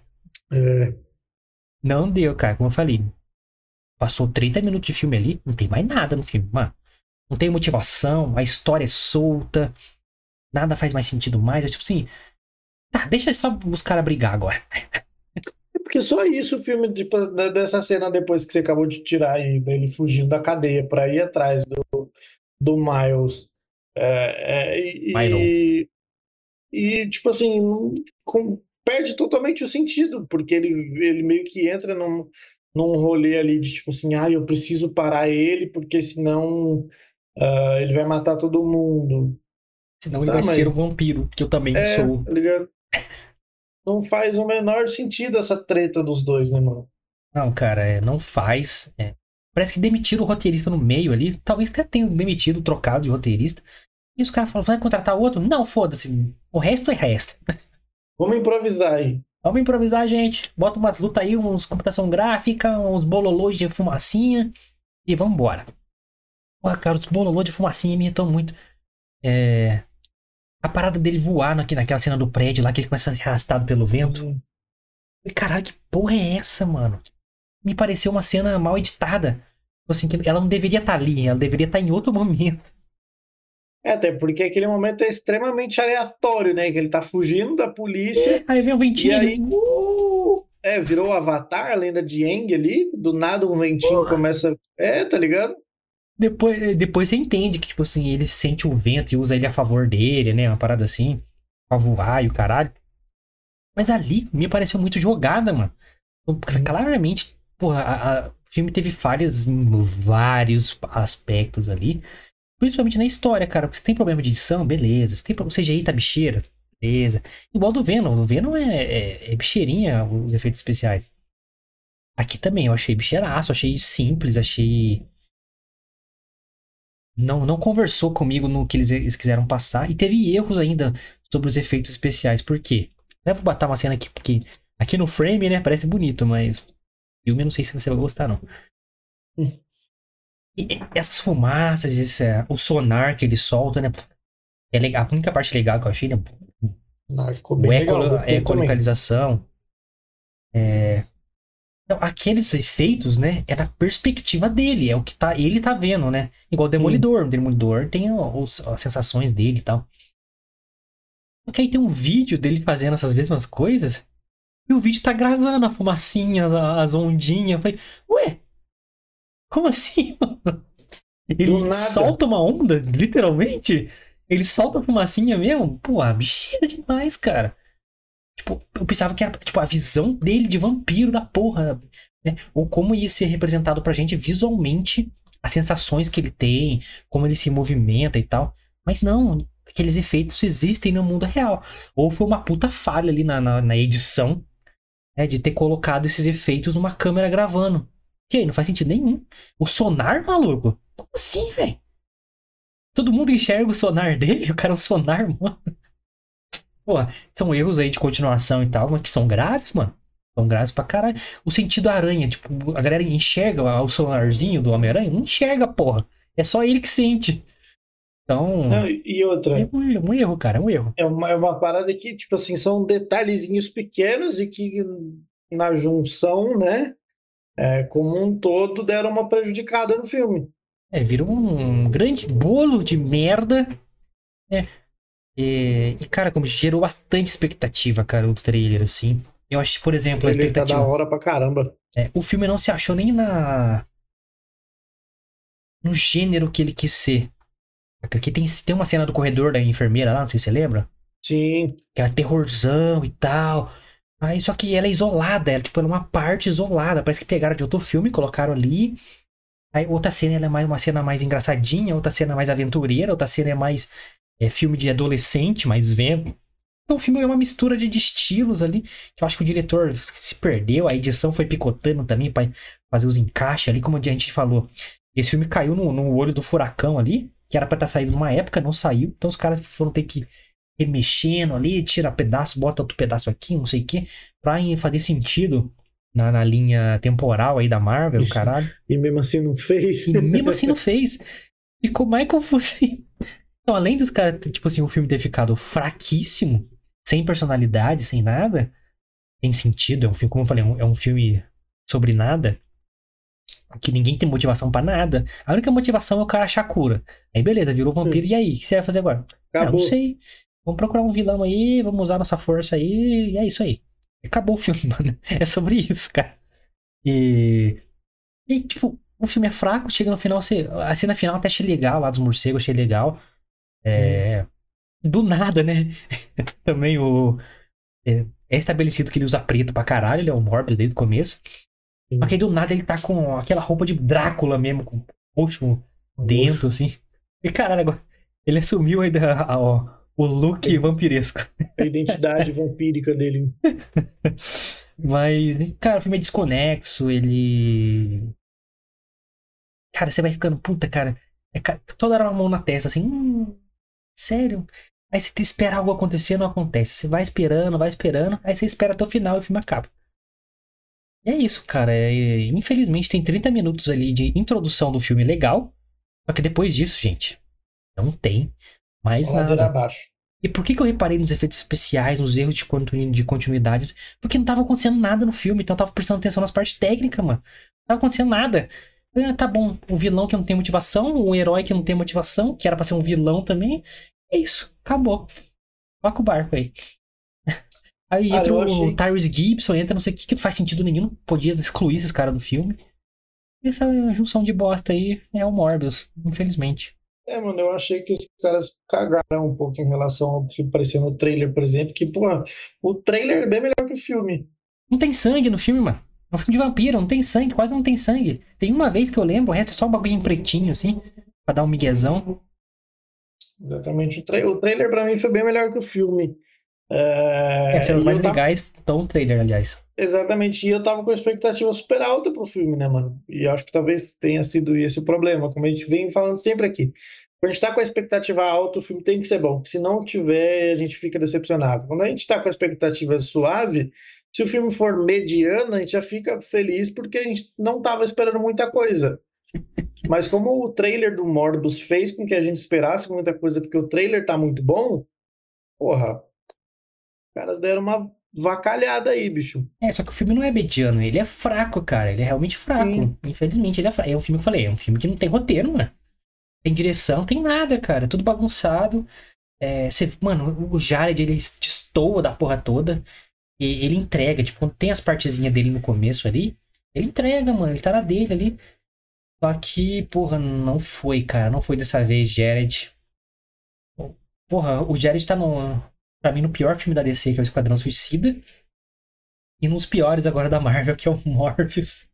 Não deu, cara, como eu falei. Passou 30 minutos de filme ali, não tem mais nada no filme, mano. Não tem motivação, a história é solta. Nada faz mais sentido mais. É tipo assim, tá, deixa só os caras brigar agora. Porque só isso o filme dessa cena depois que você acabou de tirar aí, dele fugindo da cadeia pra ir atrás do Miles. E tipo assim, perde totalmente o sentido, porque ele meio que entra num rolê ali de tipo assim, eu preciso parar ele, porque senão ele vai matar todo mundo. Senão ele vai ser um vampiro, que eu também sou. Tá ligado? Não faz o menor sentido essa treta dos dois, né, mano? Não, cara, não faz. Parece que demitiram o roteirista no meio ali. Talvez até tenham demitido, trocado de roteirista. E os caras falaram, vai contratar outro? Não, foda-se. O resto é resto. Vamos improvisar aí. Vamos improvisar, gente. Bota umas lutas aí, uns computação gráfica, uns bololôs de fumacinha. E vambora. Pô, cara, os bololôs de fumacinha me irritam muito. A parada dele voar naquela cena do prédio lá, que ele começa a ser arrastado pelo vento. E, caralho, que porra é essa, mano? Me pareceu uma cena mal editada. Assim, que ela não deveria estar ali, ela deveria estar em outro momento. Até porque aquele momento é extremamente aleatório, né? Que ele tá fugindo da polícia. Aí vem o ventinho. E aí, ele... virou o Avatar, a lenda de Aang ali. Do nada um ventinho começa. Tá ligado? Depois você entende que, tipo assim, ele sente o vento e usa ele a favor dele, né? Uma parada assim. Pra voar e o caralho. Mas ali me pareceu muito jogada, mano. Claramente, porra, o filme teve falhas em vários aspectos ali. Principalmente na história, cara. Porque se tem problema de edição, beleza. Se tem o CGI tá bicheira, beleza. Igual do Venom. O Venom é bicheirinha os efeitos especiais. Aqui também eu achei bicheiraço, achei simples, achei. Não conversou comigo no que eles quiseram passar. E teve erros ainda sobre os efeitos especiais. Por quê? Eu vou botar uma cena aqui, porque aqui no frame, né, parece bonito, mas filme eu não sei se você vai gostar, não. E essas fumaças, o sonar que ele solta, né? É legal. A única parte legal que eu achei, né? Ficou bem legal, gostei também. Ecolocalização. Então, aqueles efeitos, né? É da perspectiva dele, é o que ele tá vendo, né? Igual o Demolidor. O Demolidor tem as sensações dele e tal. Porque aí tem um vídeo dele fazendo essas mesmas coisas. E o vídeo tá gravando a fumacinha, as ondinhas. Eu falei, ué? Como assim, mano? Ele solta uma onda, literalmente? Ele solta a fumacinha mesmo? Pô, bicheira demais, cara. Tipo, eu pensava que era tipo, a visão dele de vampiro da porra, né? Ou como ia ser representado pra gente visualmente, as sensações que ele tem, como ele se movimenta e tal. Mas não, aqueles efeitos existem no mundo real. Ou foi uma puta falha ali na edição, né, de ter colocado esses efeitos numa câmera gravando. Que aí, não faz sentido nenhum. O sonar, maluco? Como assim, velho? Todo mundo enxerga o sonar dele? O cara é um sonar, mano. Pô, são erros aí de continuação e tal, mas que são graves, mano. São graves pra caralho. O sentido aranha, tipo, a galera enxerga o sonarzinho do Homem-Aranha? Não enxerga, porra. É só ele que sente. Então. Não, e outra. É um erro, cara, é um erro. É uma parada que, tipo assim, são detalhezinhos pequenos e que na junção, né? Como um todo, deram uma prejudicada no filme. Virou um grande bolo de merda. Né? E, cara, como gerou bastante expectativa, cara, o trailer, assim. Eu acho, por exemplo, a expectativa. Tá da hora pra caramba. O filme não se achou nem no gênero que ele quis ser. Aqui tem uma cena do corredor da enfermeira lá, não sei se você lembra. Sim. Aquela terrorzão e tal. Aí, só que ela é isolada, ela é uma parte isolada. Parece que pegaram de outro filme, colocaram ali. Aí outra cena ela é uma cena mais engraçadinha, outra cena mais aventureira, outra cena é mais filme de adolescente, mais vendo. Então o filme é uma mistura de estilos ali, que eu acho que o diretor se perdeu, a edição foi picotando também pra fazer os encaixes ali, como a gente falou. Esse filme caiu no olho do furacão ali, que era pra estar saindo numa época, não saiu. Então os caras foram ter que ir mexendo ali, tira pedaço, bota outro pedaço aqui, não sei o que, pra fazer sentido na linha temporal aí da Marvel, caralho. E mesmo assim não fez. E mesmo assim não fez. Ficou mais confuso. Então, além dos caras, tipo assim, o filme ter ficado fraquíssimo, sem personalidade, sem nada, tem sentido. É um filme, como eu falei, é um filme sobre nada, que ninguém tem motivação pra nada. A única motivação é o cara achar a cura. Aí beleza, virou vampiro. E aí, o que você vai fazer agora? Acabou. Não sei. Vamos procurar um vilão aí, vamos usar nossa força aí, e é isso aí. Acabou o filme, mano. É sobre isso, cara. E tipo, o filme é fraco, chega no final, a cena final até achei legal, lá dos morcegos, achei legal. Do nada, né? Também é estabelecido que ele usa preto pra caralho, ele é o Morbius desde o começo. Só que aí do nada ele tá com aquela roupa de Drácula mesmo, com roxo dentro, assim. E caralho, agora ele assumiu aí o look vampiresco. A identidade vampírica dele. Mas, cara, o filme é desconexo, ele Cara, você vai ficando, puta, cara. Toda hora uma mão na testa, assim, sério? Aí você espera algo acontecer, não acontece. Você vai esperando, aí você espera até o final e o filme acaba. E é isso, cara. Infelizmente tem 30 minutos ali de introdução do filme legal. Só que depois disso, gente, não tem Só mais ladeira nada. abaixo. E por que eu reparei nos efeitos especiais, nos erros de continuidade? Porque não tava acontecendo nada no filme, então eu tava prestando atenção nas partes técnicas, mano. Não tava acontecendo nada. Tá bom, um vilão que não tem motivação, um herói que não tem motivação, que era pra ser um vilão também. É isso, acabou. Toca o barco aí. Aí Cara, entra eu o achei. Tyrese Gibson, entra não sei o que não faz sentido nenhum, não podia excluir esses caras do filme. Essa junção de bosta aí é o Morbius, infelizmente. Mano, eu achei que os caras cagaram um pouco em relação ao que apareceu no trailer, por exemplo, que, pô, o trailer é bem melhor que o filme. Não tem sangue no filme, mano. É um filme de vampiro, não tem sangue, quase não tem sangue. Tem uma vez que eu lembro, o resto é só um bagulho em pretinho, assim, pra dar um miguezão. Exatamente. O trailer pra mim foi bem melhor que o filme. Cenas E mais eu tava. legais estão no trailer, aliás. Exatamente. E eu tava com a expectativa super alta pro filme, né, mano? E acho que talvez tenha sido esse o problema, como a gente vem falando sempre aqui. Quando a gente tá com a expectativa alta, o filme tem que ser bom. Se não tiver, a gente fica decepcionado. Quando a gente tá com a expectativa suave, se o filme for mediano, a gente já fica feliz porque a gente não tava esperando muita coisa. Mas como o trailer do Morbius fez com que a gente esperasse muita coisa, porque o trailer tá muito bom, porra, os caras deram uma vacalhada aí, bicho. Só que o filme não é mediano, ele é fraco, cara. Ele é realmente fraco. Sim. Infelizmente, ele é fraco. É um filme que eu falei, é um filme que não tem roteiro, mano. Tem direção, não tem nada, cara. É tudo bagunçado. Mano, o Jared, ele destoa da porra toda. E ele entrega, tipo, quando tem as partezinhas dele no começo ali, ele entrega, mano. Ele tá na dele ali. Só que, porra, não foi, cara. Não foi dessa vez, Jared. Porra, o Jared tá no. Pra mim, no pior filme da DC, que é o Esquadrão Suicida. E nos piores agora da Marvel, que é o Morbius.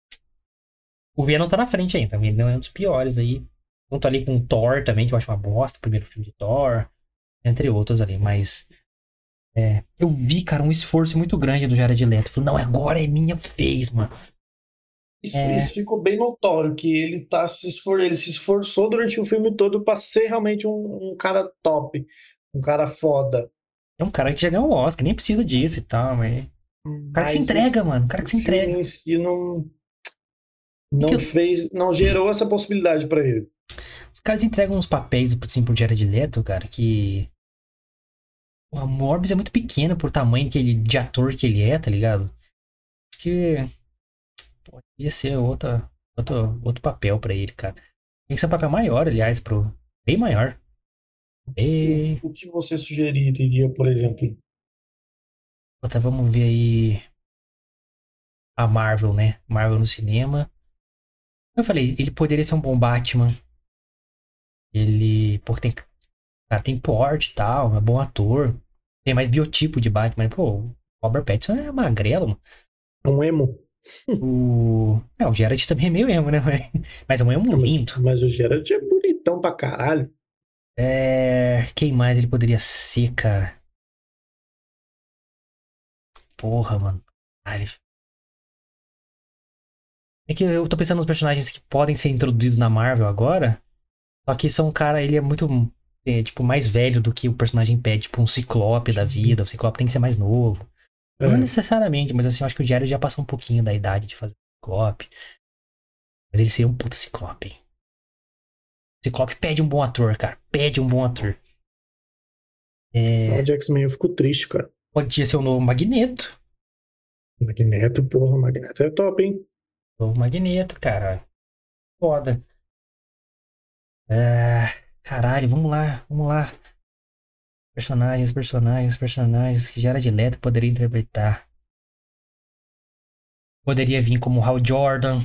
O Venom tá na frente ainda. O Venom é um dos piores aí. Junto ali com o Thor também, que eu acho uma bosta. O primeiro filme de Thor. Entre outros ali. Mas. Eu vi, cara, um esforço muito grande do Jared Leto. Falei, não, agora é minha vez, mano. Isso ficou bem notório, que ele se esforçou durante o filme todo para ser realmente um cara top, um cara foda. É um cara que já ganhou um Oscar, nem precisa disso e tal, mas. O cara que se Mas entrega, mano. O cara o que se filme entrega. em si não, É que não fez, não gerou essa possibilidade para ele. os caras entregam uns papéis, assim, pro Jared Leto, cara, que. O Morbius é muito pequeno por tamanho de ator que ele é, tá ligado? Acho que poderia ser outro papel pra ele, cara. Tem que ser um papel maior, aliás, bem maior. E. O que você sugeriria, por exemplo? Puta, vamos ver aí a Marvel, né? Marvel no cinema. Eu falei, ele poderia ser um bom Batman. Ele. Porque cara, tem porte e tal, é bom ator. Tem mais biotipo de Batman. Pô, o Robert Pattinson é magrelo, mano. Um emo? O Geralt também é meio emo, né? Mas é um emo lindo. Mas o Geralt é bonitão pra caralho. Quem mais ele poderia ser, cara? Porra, mano. Ai, é que eu tô pensando nos personagens que podem ser introduzidos na Marvel agora. Só que são um cara, ele é muito, tipo, mais velho do que o personagem pede. Tipo, um Ciclope da vida. O Ciclope tem que ser mais novo. Não É, necessariamente, mas assim, eu acho que o Jared já passou um pouquinho da idade de fazer Ciclope. Mas ele seria um puta Ciclope, hein? Ciclope pede um bom ator, cara. Pede um bom ator. falar É, de X-Men eu fico triste, cara. podia ser o novo Magneto. Magneto, porra, Magneto é top, hein? Novo Magneto, cara. Foda. Caralho, vamos lá, vamos lá. Personagens que Jared Leto poderia interpretar. Poderia vir como Hal Jordan.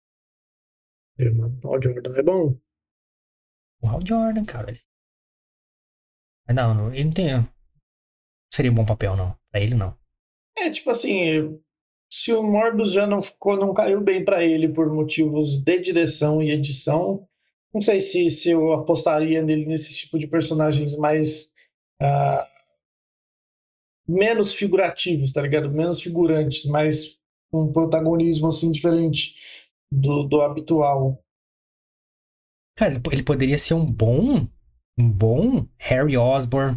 O Jordan é bom. O Hal Jordan, cara. Mas não, ele não tem. Seria um bom papel, não. Pra ele, não. Tipo assim, se o Morbius já não ficou, não caiu bem pra ele por motivos de direção e edição, não sei se eu apostaria nele nesse tipo de personagens mais ah, menos figurativos, tá ligado? Menos figurantes, mais um protagonismo assim diferente do habitual. Cara, ele poderia ser um bom Harry Osborn.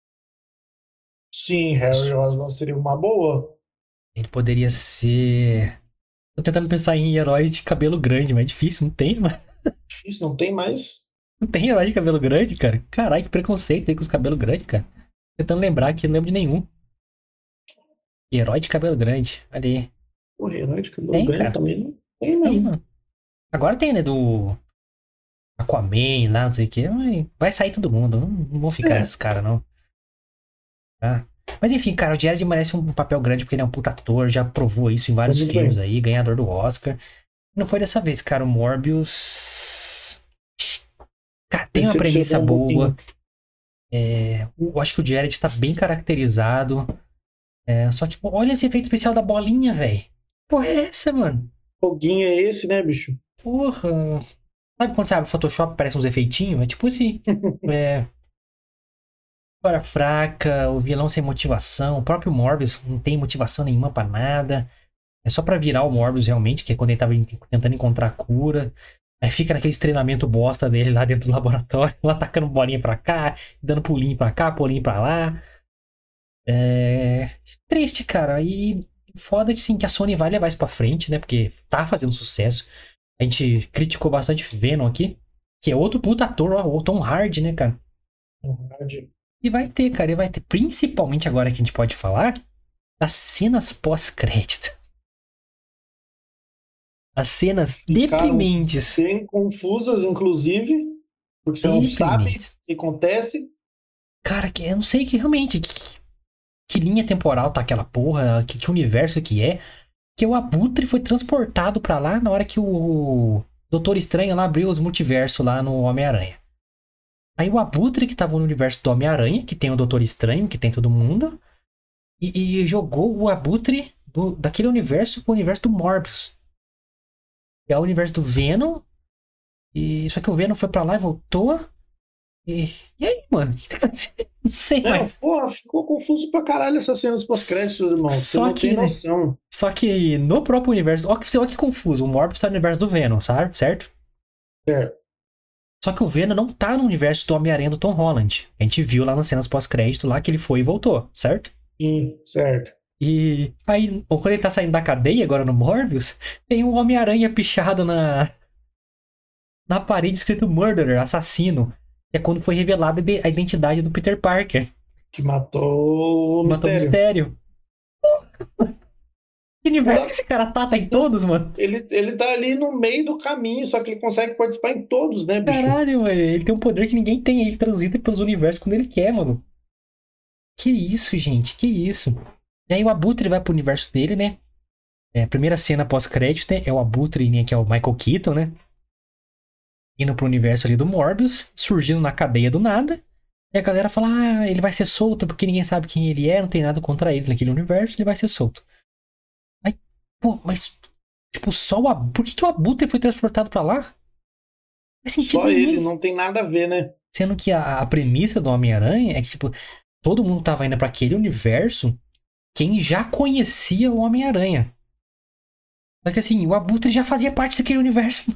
Sim, Harry Osborn seria uma boa. Ele poderia ser. Tô tentando pensar em heróis de cabelo grande, mas é difícil, não tem, mano. Difícil, não tem mais. Não tem herói de cabelo grande, cara. Caralho, que preconceito aí com os cabelos grandes, cara. Tentando lembrar aqui, não lembro de nenhum. Herói de cabelo grande. Olha aí. O herói de cabelo Tem, grande cara. também não tem Tem, mesmo. mano. Agora tem, né? Do Aquaman lá, não sei o quê. Vai sair todo mundo. Não vão ficar É, esses caras, não. Tá? Mas enfim, cara, o Jared merece um papel grande porque ele é um puta ator, já provou isso em vários muito filmes bem. aí, ganhador do Oscar. Não foi dessa vez, cara. O Morbius. Cara, tem uma premissa Decepcionou um boa. pouquinho. Eu acho que o Jared tá bem caracterizado. Só que, pô, olha esse efeito especial da bolinha, velho. Porra, é essa, mano? Foguinho é esse, né, bicho? Porra. Sabe quando você abre o Photoshop e parece uns efeitinhos? É tipo assim. É, história fraca, o vilão sem motivação. O próprio Morbius não tem motivação nenhuma pra nada. É só pra virar o Morbius realmente, que é quando ele tava tentando encontrar a cura. Aí fica naquele treinamento bosta dele lá dentro do laboratório, lá tacando bolinha pra cá, dando pulinho pra cá, pulinho pra lá. Triste, cara. E foda sim que a Sony vai levar isso pra frente, né? Porque tá fazendo sucesso. A gente criticou bastante Venom aqui, que é outro puta ator, ó, o Tom Hardy, né, cara? E vai ter, cara, e vai ter. Principalmente agora que a gente pode falar das cenas pós-crédito. As cenas Ficaram deprimentes. bem confusas, inclusive, porque você não sabe Deprimentes. o que acontece. Cara, que eu não sei que realmente. Que linha temporal tá aquela porra? Que universo que é? Que o Abutre foi transportado pra lá na hora que o Doutor Estranho lá abriu os multiversos lá no Homem-Aranha. Aí o Abutre que tava no universo do Homem-Aranha, que tem o Doutor Estranho, que tem todo mundo, e jogou o Abutre daquele universo pro universo do Morbius. Que é o universo do Venom. Só que o Venom foi pra lá e voltou. E, e aí, mano? Não sei Não, mais. porra, ficou confuso pra caralho essas cenas pós-créditos, irmão. Você Só não tem que, né? noção. Só que no próprio universo. Olha que confuso. O Morbius tá no universo do Venom, sabe? Certo? Certo. Só que o Venom não tá no universo do Homem-Aranha do Tom Holland. A gente viu lá nas cenas pós-crédito lá que ele foi e voltou, certo? Sim, certo. E aí, quando ele tá saindo da cadeia agora no Morbius, tem um Homem-Aranha pichado na parede escrito Murderer, assassino. Que é quando foi revelada a identidade do Peter Parker. Que matou o Que matou o Mistério. Mistério. Que universo que Não, esse cara tá? Tá em todos, mano. ele tá ali no meio do caminho, só que ele consegue participar em todos, né, bicho? Caralho, mano. Ele tem um poder que ninguém tem. Ele transita pelos universos quando ele quer, mano. Que isso, gente? Que isso? E aí o Abutre vai pro universo dele, né? A primeira cena pós-crédito, né, é o Abutre, né, que é o Michael Keaton, né? Indo pro universo ali do Morbius, surgindo na cadeia do nada. E a galera fala, ele vai ser solto porque ninguém sabe quem ele é, não tem nada contra ele naquele universo, ele vai ser solto. Aí, pô, mas, tipo, só o Abutre... Por que o Abutre foi transportado pra lá? Não faz sentido Só ele, nenhum. não tem nada a ver, né? Sendo que a premissa do Homem-Aranha é que, tipo, todo mundo tava indo pra aquele universo quem já conhecia o Homem-Aranha. Só que assim, o Abutre já fazia parte daquele universo.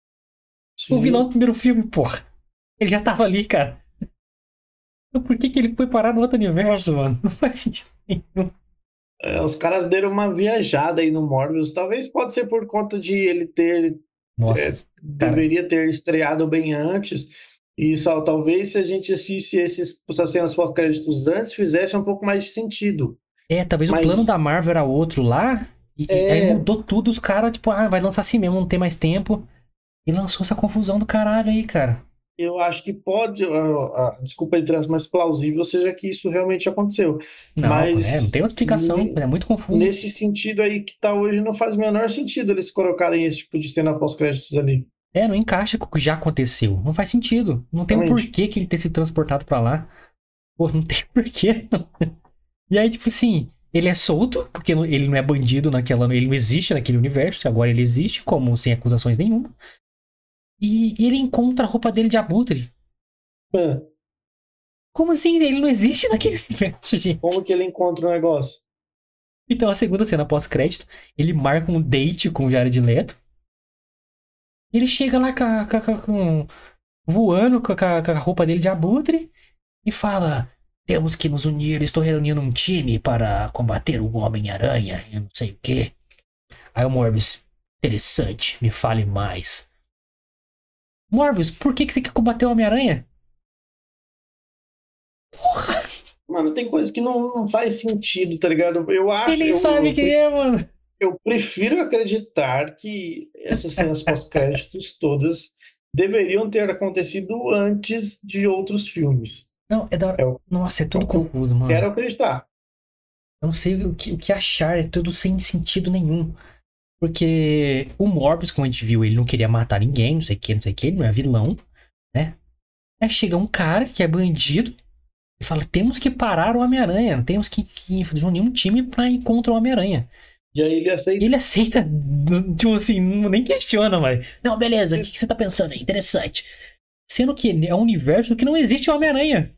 O vilão do Sim. primeiro filme, porra. Ele já tava ali, cara. Então por que ele foi parar no outro universo, mano? Não faz sentido nenhum. É, os caras deram uma viajada aí no Morbius. Talvez pode ser por conta de ele ter Nossa, cara. deveria ter estreado bem antes. E só talvez se a gente assistisse essas cenas pós-créditos antes, fizesse um pouco mais de sentido. Talvez o plano Mas da Marvel era outro lá. E aí é, mudou tudo, os caras, tipo, vai lançar assim mesmo, não tem mais tempo. E lançou essa confusão do caralho aí, cara. eu acho que pode, desculpa entre as mais plausível seja que isso realmente aconteceu. Não, não Mas tem outra explicação, é muito confuso. nesse sentido aí que tá hoje, não faz o menor sentido eles colocarem esse tipo de cena pós-créditos ali. Não encaixa com o que já aconteceu. Não faz sentido. Não tem um Exatamente. porquê que ele ter se transportado pra lá. Pô, não tem porquê. E aí, tipo assim, ele é solto, porque ele não é bandido naquela. Ele não existe naquele universo. Agora ele existe, como sem acusações nenhuma. E ele encontra a roupa dele de abutre. Ah, Como assim? Ele não existe naquele universo, gente. como que ele encontra o negócio? Então, a segunda cena pós-crédito, ele marca um date com o Jared Leto. Ele chega lá voando com a roupa dele de abutre e fala: Temos que nos unir, estou reunindo um time para combater o Homem-Aranha, eu não sei o quê. Aí o Morbius, interessante, me fale mais. Morbius, por que você quer combater o Homem-Aranha? Porra, Mano, tem coisa que não faz sentido, tá ligado? Eu acho, ele nem sabe quem é, mano. eu prefiro acreditar que essas cenas pós-créditos todas deveriam ter acontecido antes de outros filmes. Não, é da hora. É Nossa, é o tudo que eu confuso, quero mano. acreditar. Eu não sei o que achar, é tudo sem sentido nenhum. Porque o Morbius, como a gente viu, ele não queria matar ninguém, não sei o que, não sei o que, ele não é vilão, né? Aí chega um cara que é bandido e fala: temos que parar o Homem-Aranha, temos que unir um time pra ir contra o Homem-Aranha. E aí ele E aceita. ele aceita, tipo assim, nem questiona, mas. Não, beleza, o que você tá pensando aí? Interessante. Sendo que é um universo que não existe o Homem-Aranha.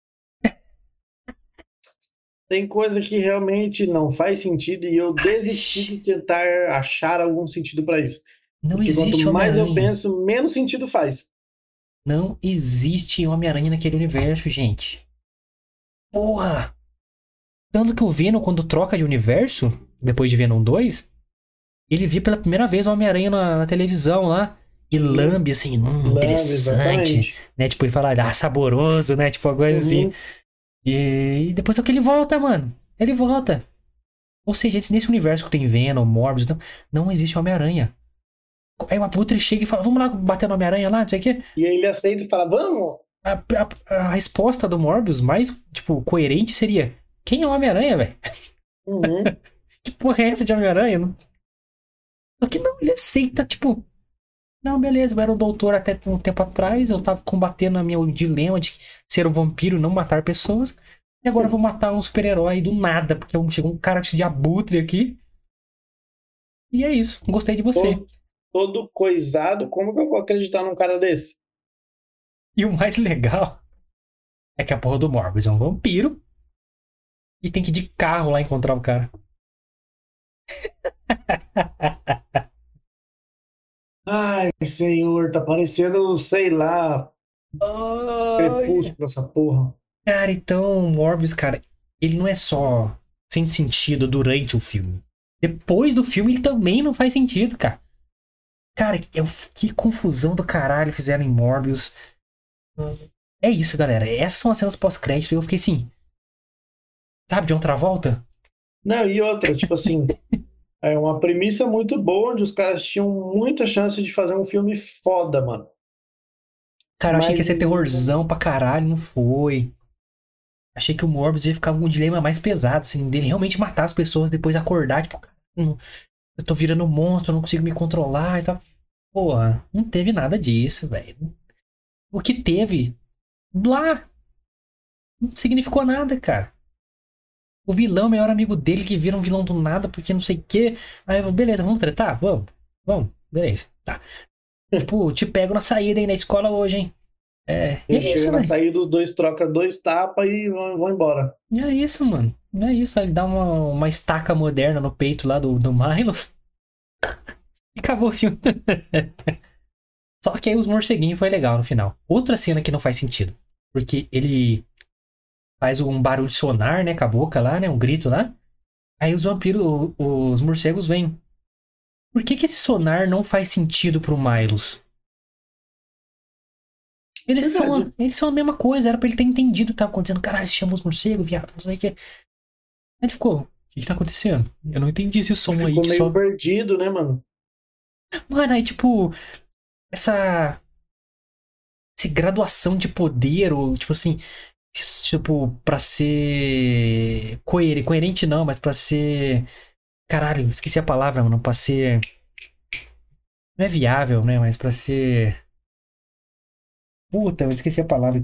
Tem coisa que realmente não faz sentido e eu desisti de tentar achar algum sentido para isso. Não Porque quanto existe o mais eu Homem-Aranha. penso, menos sentido faz. Não existe Homem-Aranha naquele universo, gente. Porra! Tanto que o Venom, quando troca de universo, depois de Venom 2, ele vê pela primeira vez o Homem-Aranha na televisão lá. E Sim, lambe assim, lembra, interessante. exatamente. Né? Tipo, ele fala, ah, saboroso, né? Tipo, uma coisa assim. Uhum. E depois é que ele volta, mano. Ele volta. Ou seja, nesse universo que tem Venom, Morbius, não existe Homem-Aranha. Aí o Abutre chega e fala, vamos lá bater no Homem-Aranha lá, não sei o quê. E aí ele aceita e fala, vamos! A resposta do Morbius mais, tipo, coerente seria: quem é o Homem-Aranha, velho? Uhum. Que porra é essa de Homem-Aranha? Só que não, ele aceita, tipo, não, beleza, eu era um doutor até um tempo atrás, eu tava combatendo o meu dilema de ser um vampiro e não matar pessoas, e agora eu vou matar um super-herói do nada, porque chegou um cara de abutre aqui, e é isso, gostei de você. Todo, todo coisado, como que eu vou acreditar num cara desse? E o mais legal é que a porra do Morbius é um vampiro e tem que ir de carro lá encontrar o cara. Ai, senhor, tá parecendo, sei lá, Ai. crepúsculo essa porra. Cara, então o Morbius, cara, ele não é só sem sentido durante o filme. Depois do filme ele também não faz sentido, cara. Cara, que confusão do caralho fizeram em Morbius. É isso, galera. Essas são as cenas pós-crédito e eu fiquei assim, sabe, de outra volta? Não, e outra, tipo assim, é uma premissa muito boa, onde os caras tinham muita chance de fazer um filme foda, mano. Cara, eu achei que Mas ia ser terrorzão pra caralho, não foi. Achei que o Morbius ia ficar com um dilema mais pesado, assim, dele realmente matar as pessoas depois acordar, tipo, cara, eu tô virando um monstro, eu não consigo me controlar e tal. Porra, não teve nada disso, velho. O que teve, lá, não significou nada, cara. O vilão, é o melhor amigo dele, que vira um vilão do nada, porque não sei o quê. Aí eu, beleza, vamos tretar? Vamos, vamos, beleza, tá. Tipo, te pego na saída aí na escola hoje, hein? E ele é chega isso, na velho. saída, os dois troca dois tapas e vão embora. E é isso, mano. É isso, ele dá uma estaca moderna no peito lá do Milos e acabou o filme. Só que aí os morceguinhos foi legal no final. Outra cena que não faz sentido. Porque ele faz um barulho sonar, né, com a boca lá, né, um grito lá. Aí os vampiros, os morcegos vêm. Por que esse sonar não faz sentido pro Milos? Verdade. Eles são a mesma coisa, era pra ele ter entendido o que tava acontecendo. Caralho, chama os morcegos, viado, não sei o que. Aí ele ficou, o que tá acontecendo? Eu não entendi esse som aí Ficou que meio só... perdido, né, mano? Mano, aí tipo, essa... essa graduação de poder, ou tipo assim, tipo, pra ser coerente não, mas pra ser... Caralho, esqueci a palavra, mano, pra ser... Não é viável, né, mas pra ser... Puta, eu esqueci a palavra.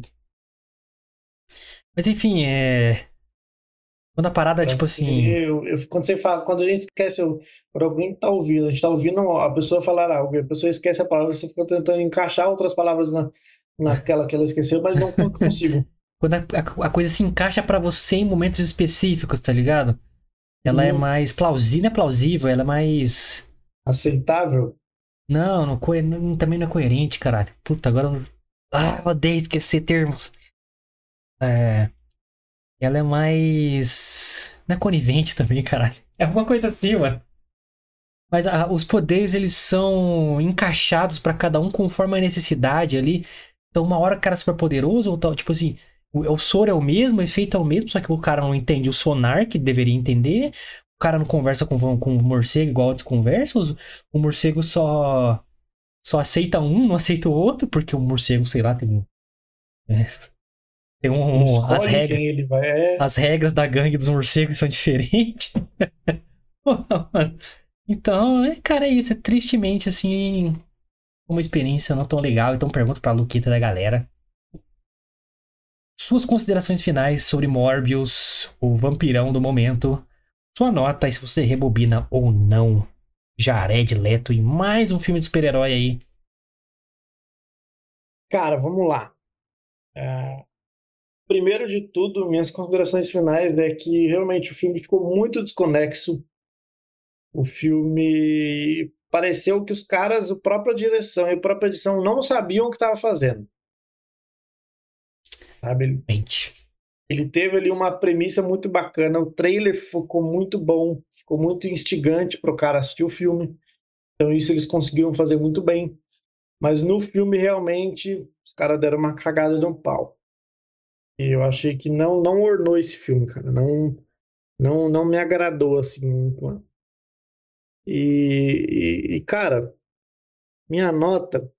Mas enfim, quando a parada, Pra tipo assim... ser, quando você fala, quando a gente esquece, por alguém tá ouvindo, a gente tá ouvindo a pessoa falar algo, a pessoa esquece a palavra, você fica tentando encaixar outras palavras naquela que ela esqueceu, mas não consigo. Quando a coisa se encaixa pra você em momentos específicos, tá ligado? Ela é Hum, mais plausível, não é plausível, ela é mais... aceitável? Não, também não é coerente, caralho. Puta, agora. Eu odeio esquecer termos. É, ela é mais. Não é conivente também, caralho. É alguma coisa assim, mano. Mas os poderes, eles são encaixados pra cada um conforme a necessidade ali. Então, uma hora o cara é super poderoso, ou tal, tipo assim, o soro é o mesmo, o efeito é o mesmo, só que o cara não entende o sonar, que deveria entender. O cara não conversa com o morcego igual outros conversam. O morcego só aceita um, não aceita o outro, porque o morcego, sei lá, é, tem Ele as escolhe regras. quem ele vai. As regras da gangue dos morcegos são diferentes. Porra, mano. Então, cara, é isso. É tristemente, assim, uma experiência não tão legal. Então, pergunto pra Luquita da galera. Suas considerações finais sobre Morbius, o vampirão do momento. Sua nota e se você rebobina ou não. Jared Leto e mais um filme de super-herói aí. Cara, vamos lá. Primeiro de tudo, minhas considerações finais é que realmente o filme ficou muito desconexo. O filme pareceu que os caras, a própria direção e a própria edição não sabiam o que estava fazendo, sabe? Mente. Ele teve ali uma premissa muito bacana, o trailer ficou muito bom, ficou muito instigante para o cara assistir o filme. Então isso eles conseguiram fazer muito bem. Mas no filme realmente os caras deram uma cagada de um pau. E eu achei que não ornou esse filme, cara. Não me agradou assim. Cara, minha nota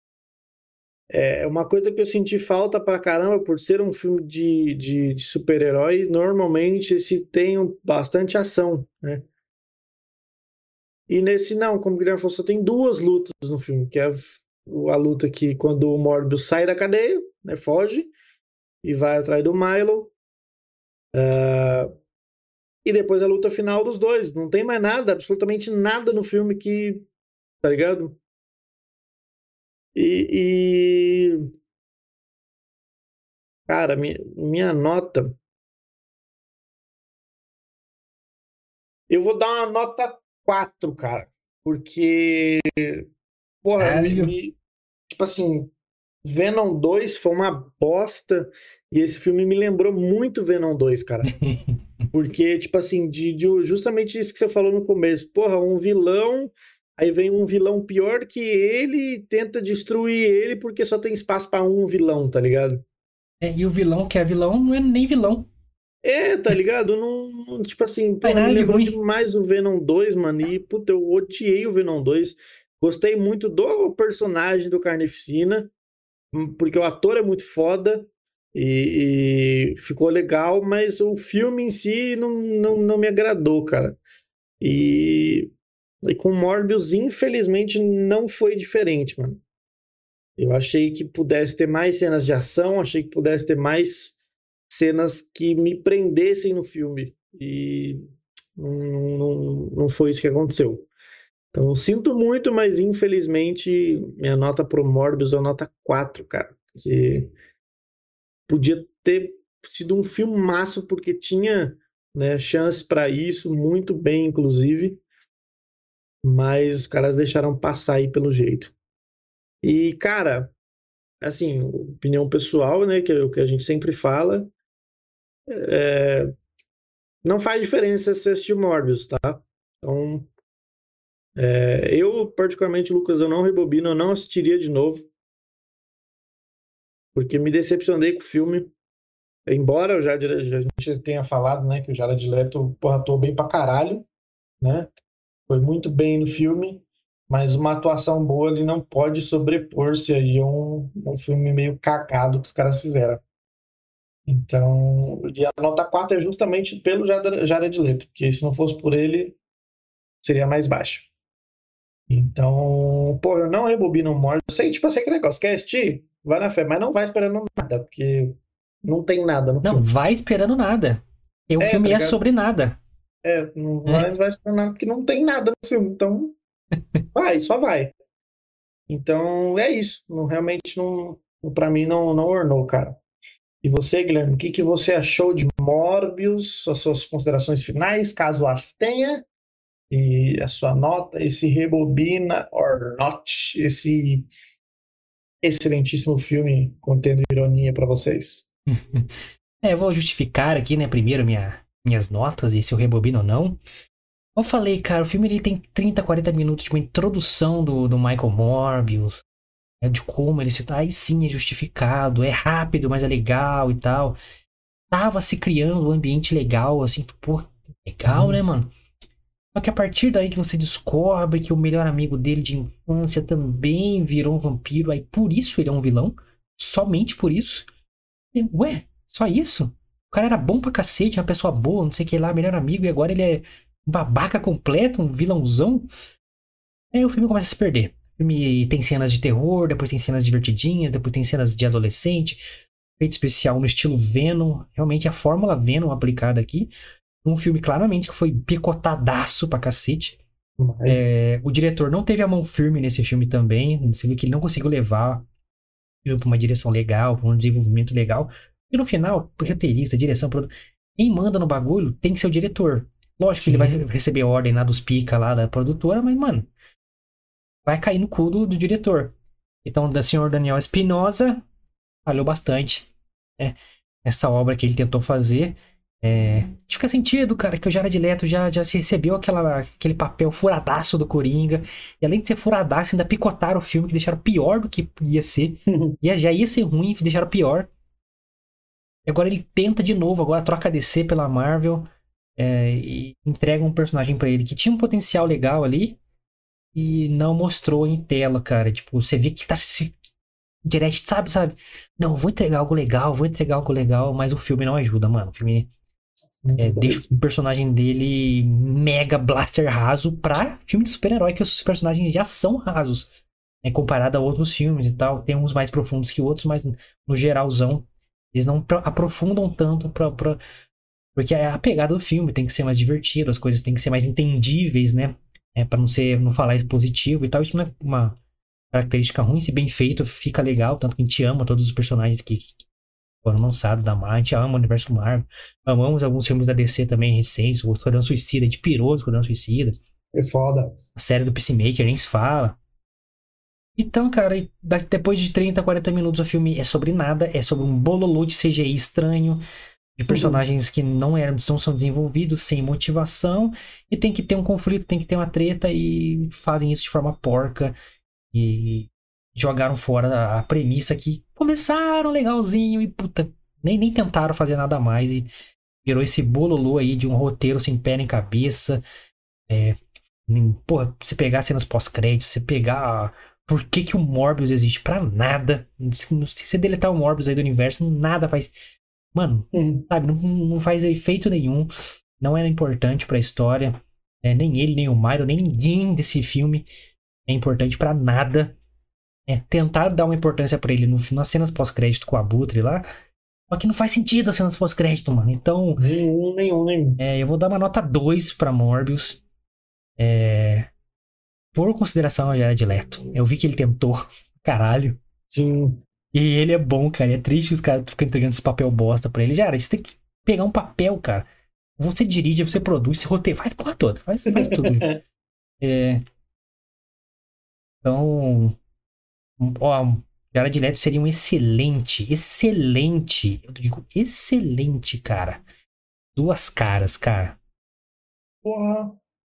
é uma coisa que eu senti falta pra caramba por ser um filme de super-herói. Normalmente se tem bastante ação, né? E nesse não, como o Guilherme falou, só tem duas lutas no filme, que é a luta que quando o Morbius sai da cadeia, né, foge e vai atrás do Milo, e depois a luta final dos dois. Não tem mais nada, absolutamente nada no filme que, tá ligado? E cara, minha nota, eu vou dar uma nota 4, cara, porque, porra, Caralho. tipo assim, Venom 2 foi uma bosta e esse filme me lembrou muito Venom 2, cara. Porque, tipo assim, justamente isso que você falou no começo. Porra, um vilão, aí vem um vilão pior que ele e tenta destruir ele porque só tem espaço pra um vilão, tá ligado? E o vilão, que é vilão, não é nem vilão. É, tá ligado? Tipo assim, Faz porra, me nada de lembrou ruim. demais o Venom 2, mano. E, puta, eu odiei o Venom 2. Gostei muito do personagem do Carnificina, porque o ator é muito foda e ficou legal, mas o filme em si não me agradou, cara. E, e com Morbius, infelizmente, não foi diferente, mano. Eu achei que pudesse ter mais cenas de ação, achei que pudesse ter mais cenas que me prendessem no filme. E não foi isso que aconteceu. Então, eu sinto muito, mas infelizmente minha nota pro Morbius é nota 4, cara. Que podia ter sido um filmaço, porque tinha, né, chance para isso, muito bem, inclusive, mas os caras deixaram passar aí pelo jeito. E, cara, assim, opinião pessoal, né, que é o que a gente sempre fala, não faz diferença se assistir Morbius, tá? Então, eu, particularmente, Lucas, eu não rebobino, eu não assistiria de novo, porque me decepcionei com o filme. Embora a gente tenha falado, né, que o Jared Leto, porra, atuou bem pra caralho, né? Foi muito bem no filme, mas uma atuação boa ele não pode sobrepor-se aí a um filme meio cagado que os caras fizeram. Então, e a nota 4 é justamente pelo Jared Leto, porque se não fosse por ele, seria mais baixo. Então, pô, eu não rebobino Morbius. Eu sei, tipo assim, que negócio, quer assistir? Vai na fé, mas não vai esperando nada, porque não tem nada no Não, filme. vai esperando nada. E o Tá filme é ligado? sobre nada. Não vai esperando nada, porque não tem nada no filme. Então, vai, só vai. Então, é isso. Realmente, para mim, não ornou, cara. E você, Guilherme, o que você achou de Morbius? As suas considerações finais, caso as tenha? E a sua nota, esse Rebobina or Not, esse excelentíssimo filme contendo ironia para vocês. Eu vou justificar aqui, né, primeiro minhas notas e se eu rebobino ou não. Eu falei, cara, o filme ele tem 30, 40 minutos de uma introdução do Michael Morbius, né, de como ele se... Aí sim é justificado, é rápido, mas é legal e tal. Tava se criando um ambiente legal, assim, pô, legal, né, mano? Só que a partir daí que você descobre que o melhor amigo dele de infância também virou um vampiro, aí por isso ele é um vilão, somente por isso. E, ué, só isso? O cara era bom pra cacete, uma pessoa boa, não sei o que lá, melhor amigo, e agora ele é um babaca completo, um vilãozão. Aí o filme começa a se perder. O filme tem cenas de terror, depois tem cenas divertidinhas, depois tem cenas de adolescente, efeito especial no estilo Venom, realmente a fórmula Venom aplicada aqui. Um filme claramente que foi picotadaço pra cacete. Mas, O diretor não teve a mão firme nesse filme também. Você viu que ele não conseguiu levar pra uma direção legal, pra um desenvolvimento legal. E no final, roteirista, direção, quem manda no bagulho tem que ser o diretor. Lógico que ele vai sim. receber ordem lá dos pica lá da produtora, mas, mano, vai cair no cu do diretor. Então, da senhor Daniel Espinosa, falhou bastante, né? Essa obra que ele tentou fazer. Acho que faz sentido, cara, que o Jared Leto já recebeu aquele papel furadaço do Coringa. E além de ser furadaço, ainda picotaram o filme, que deixaram pior do que ia ser. Já ia ser ruim, deixaram pior. E agora ele tenta de novo, agora troca a DC pela Marvel. E entrega um personagem pra ele que tinha um potencial legal ali. E não mostrou em tela, cara. Tipo, você vê que tá se direct, sabe? Não, vou entregar algo legal, mas o filme não ajuda, mano. O filme deixa o personagem dele mega blaster raso pra filme de super-herói, que os personagens já são rasos, né, comparado a outros filmes e tal. Tem uns mais profundos que outros, mas no geralzão, eles não aprofundam tanto porque a pegada do filme tem que ser mais divertida, as coisas têm que ser mais entendíveis, né? Pra não falar expositivo e tal. Isso não é uma característica ruim, se bem feito, fica legal, tanto que a gente ama todos os personagens que foram lançados da Marvel, a gente ama o universo Marvel, amamos alguns filmes da DC também recentes, o Esquadrão Suicida, a gente pirou o Esquadrão Suicida, É foda. a série do Peacemaker, nem se fala. Então, cara, depois de 30, 40 minutos o filme é sobre nada, é sobre um bololô de CGI estranho, de personagens que não são desenvolvidos, sem motivação, e tem que ter um conflito, tem que ter uma treta, e fazem isso de forma porca. E jogaram fora a premissa que começaram legalzinho e puta, nem tentaram fazer nada mais e virou esse bololô aí de um roteiro sem pé nem cabeça. Porra, você pegar cenas pós-créditos, você pegar por que o Morbius existe pra nada. Se você deletar o Morbius aí do universo, nada faz. Mano, sabe, não faz efeito nenhum. Não era importante pra história. Nem ele, nem o Myron, nem ninguém desse filme é importante pra nada. Tentar dar uma importância pra ele nas cenas pós-crédito com o Abutre lá. Só que não faz sentido as cenas pós-crédito, mano. Então, Nenhum. eu vou dar uma nota 2 pra Morbius. Por consideração ao Jared Leto. Eu vi que ele tentou. Caralho. Sim. E ele é bom, cara. E é triste que os caras ficam entregando esse papel bosta pra ele. Jared, você tem que pegar um papel, cara. Você dirige, você produz, você roteia. Faz a porra toda. Faz tudo. Então... Ó, Jared Leto seria um excelente, eu digo excelente, cara. Duas caras, cara. Porra.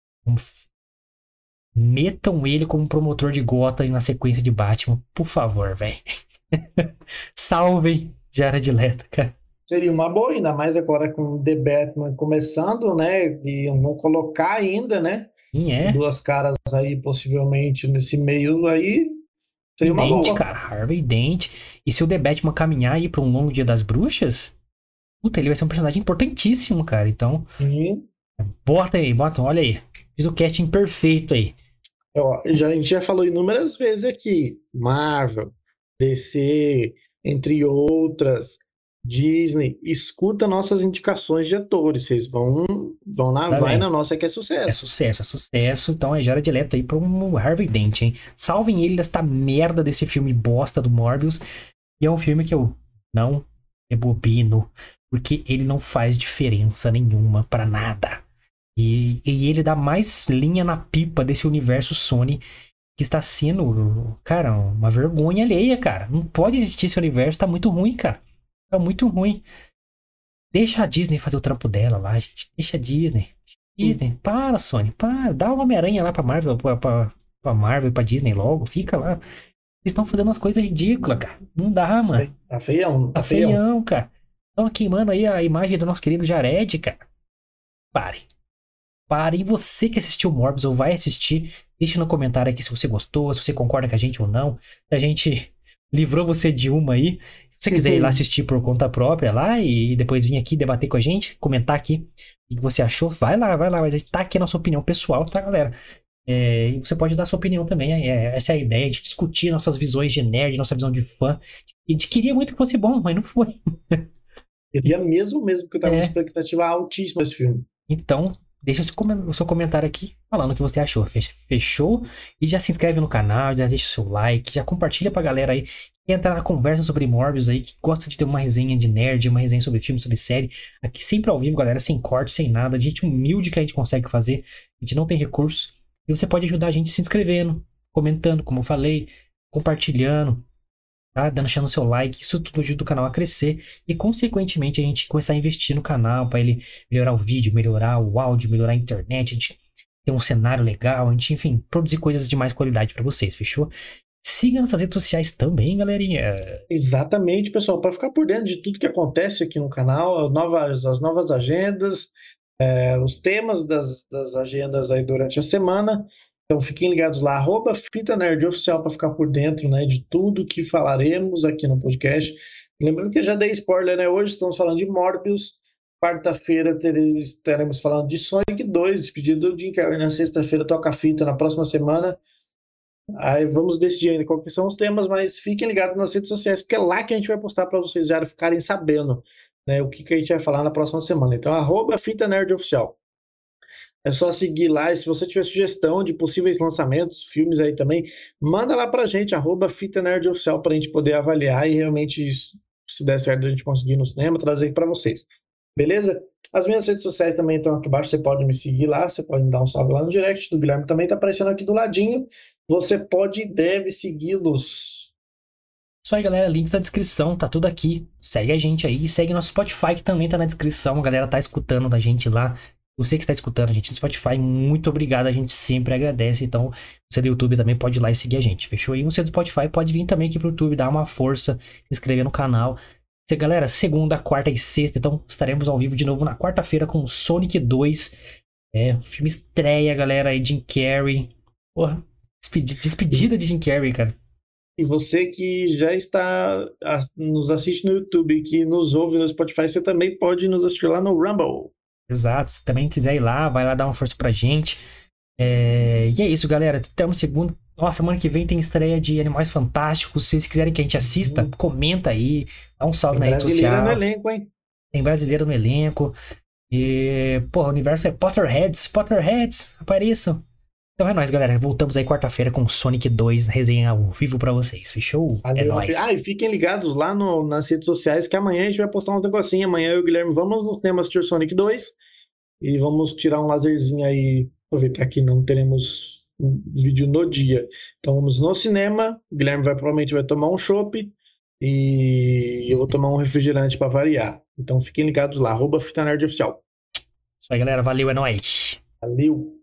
Metam ele como promotor de Gotham na sequência de Batman, por favor, velho. Salvem Jared Leto, cara. Seria uma boa, ainda mais agora com o The Batman começando, né? E não colocar ainda, né? Quem é? Duas caras aí, possivelmente, nesse meio aí, seria uma Dent, boa. cara. Harvey Dent. E se o The Batman caminhar aí pra um longo dia das bruxas, puta, ele vai ser um personagem importantíssimo, cara. Então, Sim. bota aí, olha aí. Fiz o casting perfeito aí. Ó, a gente já falou inúmeras vezes aqui, Marvel, DC, entre outras, Disney, escuta nossas indicações de atores, vocês Tá vai bem. na nossa que é É sucesso. sucesso, é sucesso. Então é Jared Leto aí pra um Harvey Dent, hein? Salvem ele desta merda desse filme bosta do Morbius. E é um filme que eu não rebobino. Porque ele não faz diferença nenhuma pra nada. E ele dá mais linha na pipa desse universo Sony que está sendo, cara, uma vergonha alheia, cara. Não pode existir esse universo, tá muito ruim, cara. Tá muito ruim. Deixa a Disney fazer o trampo dela lá, gente. Deixa a Disney. Disney, para, Sony, para. Dá uma Homem-Aranha lá pra Marvel, pra Marvel e pra Disney logo. Fica lá. Eles estão fazendo umas coisas ridículas, cara. Não dá, mano. Tá feião, Tá tá feião. feião, cara. Estão queimando aí a imagem do nosso querido Jared, cara. Pare. Pare. E você que assistiu Morbius ou vai assistir, deixe no comentário aqui se você gostou, se você concorda com a gente ou não. Se a gente livrou você de uma aí. Se você quiser ir lá assistir por conta própria lá e depois vir aqui debater com a gente, comentar aqui o que você achou, vai lá, mas tá aqui a nossa opinião pessoal, tá, galera? E você pode dar sua opinião também, essa é a ideia, de discutir nossas visões de nerd, nossa visão de fã. A gente queria muito que fosse bom, mas não foi. Queria mesmo, porque eu tava com expectativa altíssima desse filme. Então, deixa o seu comentário aqui falando o que você achou. Fechou? E já se inscreve no canal, já deixa o seu like, já compartilha pra galera aí que entra na conversa sobre Morbius aí, que gosta de ter uma resenha de nerd, uma resenha sobre filme, sobre série. Aqui sempre ao vivo, galera, sem corte, sem nada. De gente humilde que a gente consegue fazer. A gente não tem recursos. E você pode ajudar a gente se inscrevendo, comentando, como eu falei, compartilhando, tá? Deixando seu like, isso tudo ajuda o canal a crescer e, consequentemente, a gente começar a investir no canal para ele melhorar o vídeo, melhorar o áudio, melhorar a internet, a gente ter um cenário legal, a gente, enfim, produzir coisas de mais qualidade para vocês, fechou? Siga nossas redes sociais também, galerinha. Exatamente, pessoal, para ficar por dentro de tudo que acontece aqui no canal, as novas agendas, os temas das agendas aí durante a semana. Então fiquem ligados lá, @Fita Nerd Oficial, para ficar por dentro, né, de tudo que falaremos aqui no podcast. Lembrando que eu já dei spoiler, né? Hoje estamos falando de Morbius. Quarta-feira estaremos falando de Sonic 2, despedido do Jim Carrey. Na sexta-feira toca a fita, na próxima semana. Aí vamos decidir ainda quais são os temas, mas fiquem ligados nas redes sociais, porque é lá que a gente vai postar para vocês já ficarem sabendo, né, o que a gente vai falar na próxima semana. Então, @Fita Nerd Oficial. É só seguir lá, e se você tiver sugestão de possíveis lançamentos, filmes aí também, manda lá pra gente, @Fita Nerd Oficial, pra gente poder avaliar e realmente, se der certo, a gente conseguir no cinema, trazer para vocês. Beleza? As minhas redes sociais também estão aqui embaixo, você pode me seguir lá, você pode me dar um salve lá no direct, do Guilherme também tá aparecendo aqui do ladinho. Você pode e deve segui-los. Isso aí, galera, links na descrição, tá tudo aqui. Segue a gente aí e segue nosso Spotify, que também tá na descrição. A galera tá escutando da gente lá. Você que está escutando a gente no Spotify, muito obrigado, a gente sempre agradece. Então, você do YouTube também pode ir lá e seguir a gente, fechou? E você do Spotify pode vir também aqui pro YouTube, dar uma força, se inscrever no canal. Galera, segunda, quarta e sexta, então estaremos ao vivo de novo na quarta-feira com Sonic 2. Filme estreia, galera, aí, Jim Carrey. Porra, despedida de Jim Carrey, cara. E você que já nos assiste no YouTube, que nos ouve no Spotify, você também pode nos assistir lá no Rumble. Exato, se também quiser ir lá, vai lá dar uma força pra gente. E é isso, galera. Até uma segunda. Nossa, semana que vem tem estreia de Animais Fantásticos. Se vocês quiserem que a gente assista, comenta aí. Dá um salve na rede social. Tem brasileiro no elenco, hein? Tem brasileiro no elenco. E, porra, o universo é Potterheads. Potterheads, apareçam. Então é nóis, galera. Voltamos aí quarta-feira com Sonic 2, resenha ao vivo pra vocês. Fechou? É nóis. E fiquem ligados lá nas redes sociais, que amanhã a gente vai postar uns negocinhos. Amanhã eu e o Guilherme vamos no cinema assistir Sonic 2 e vamos tirar um lazerzinho aí. Aproveitar que não teremos um vídeo no dia. Então vamos no cinema. O Guilherme provavelmente vai tomar um chopp e eu vou tomar um refrigerante para variar. Então fiquem ligados lá, @Fita Nerd Oficial. Isso aí, galera. Valeu, é nóis. Valeu!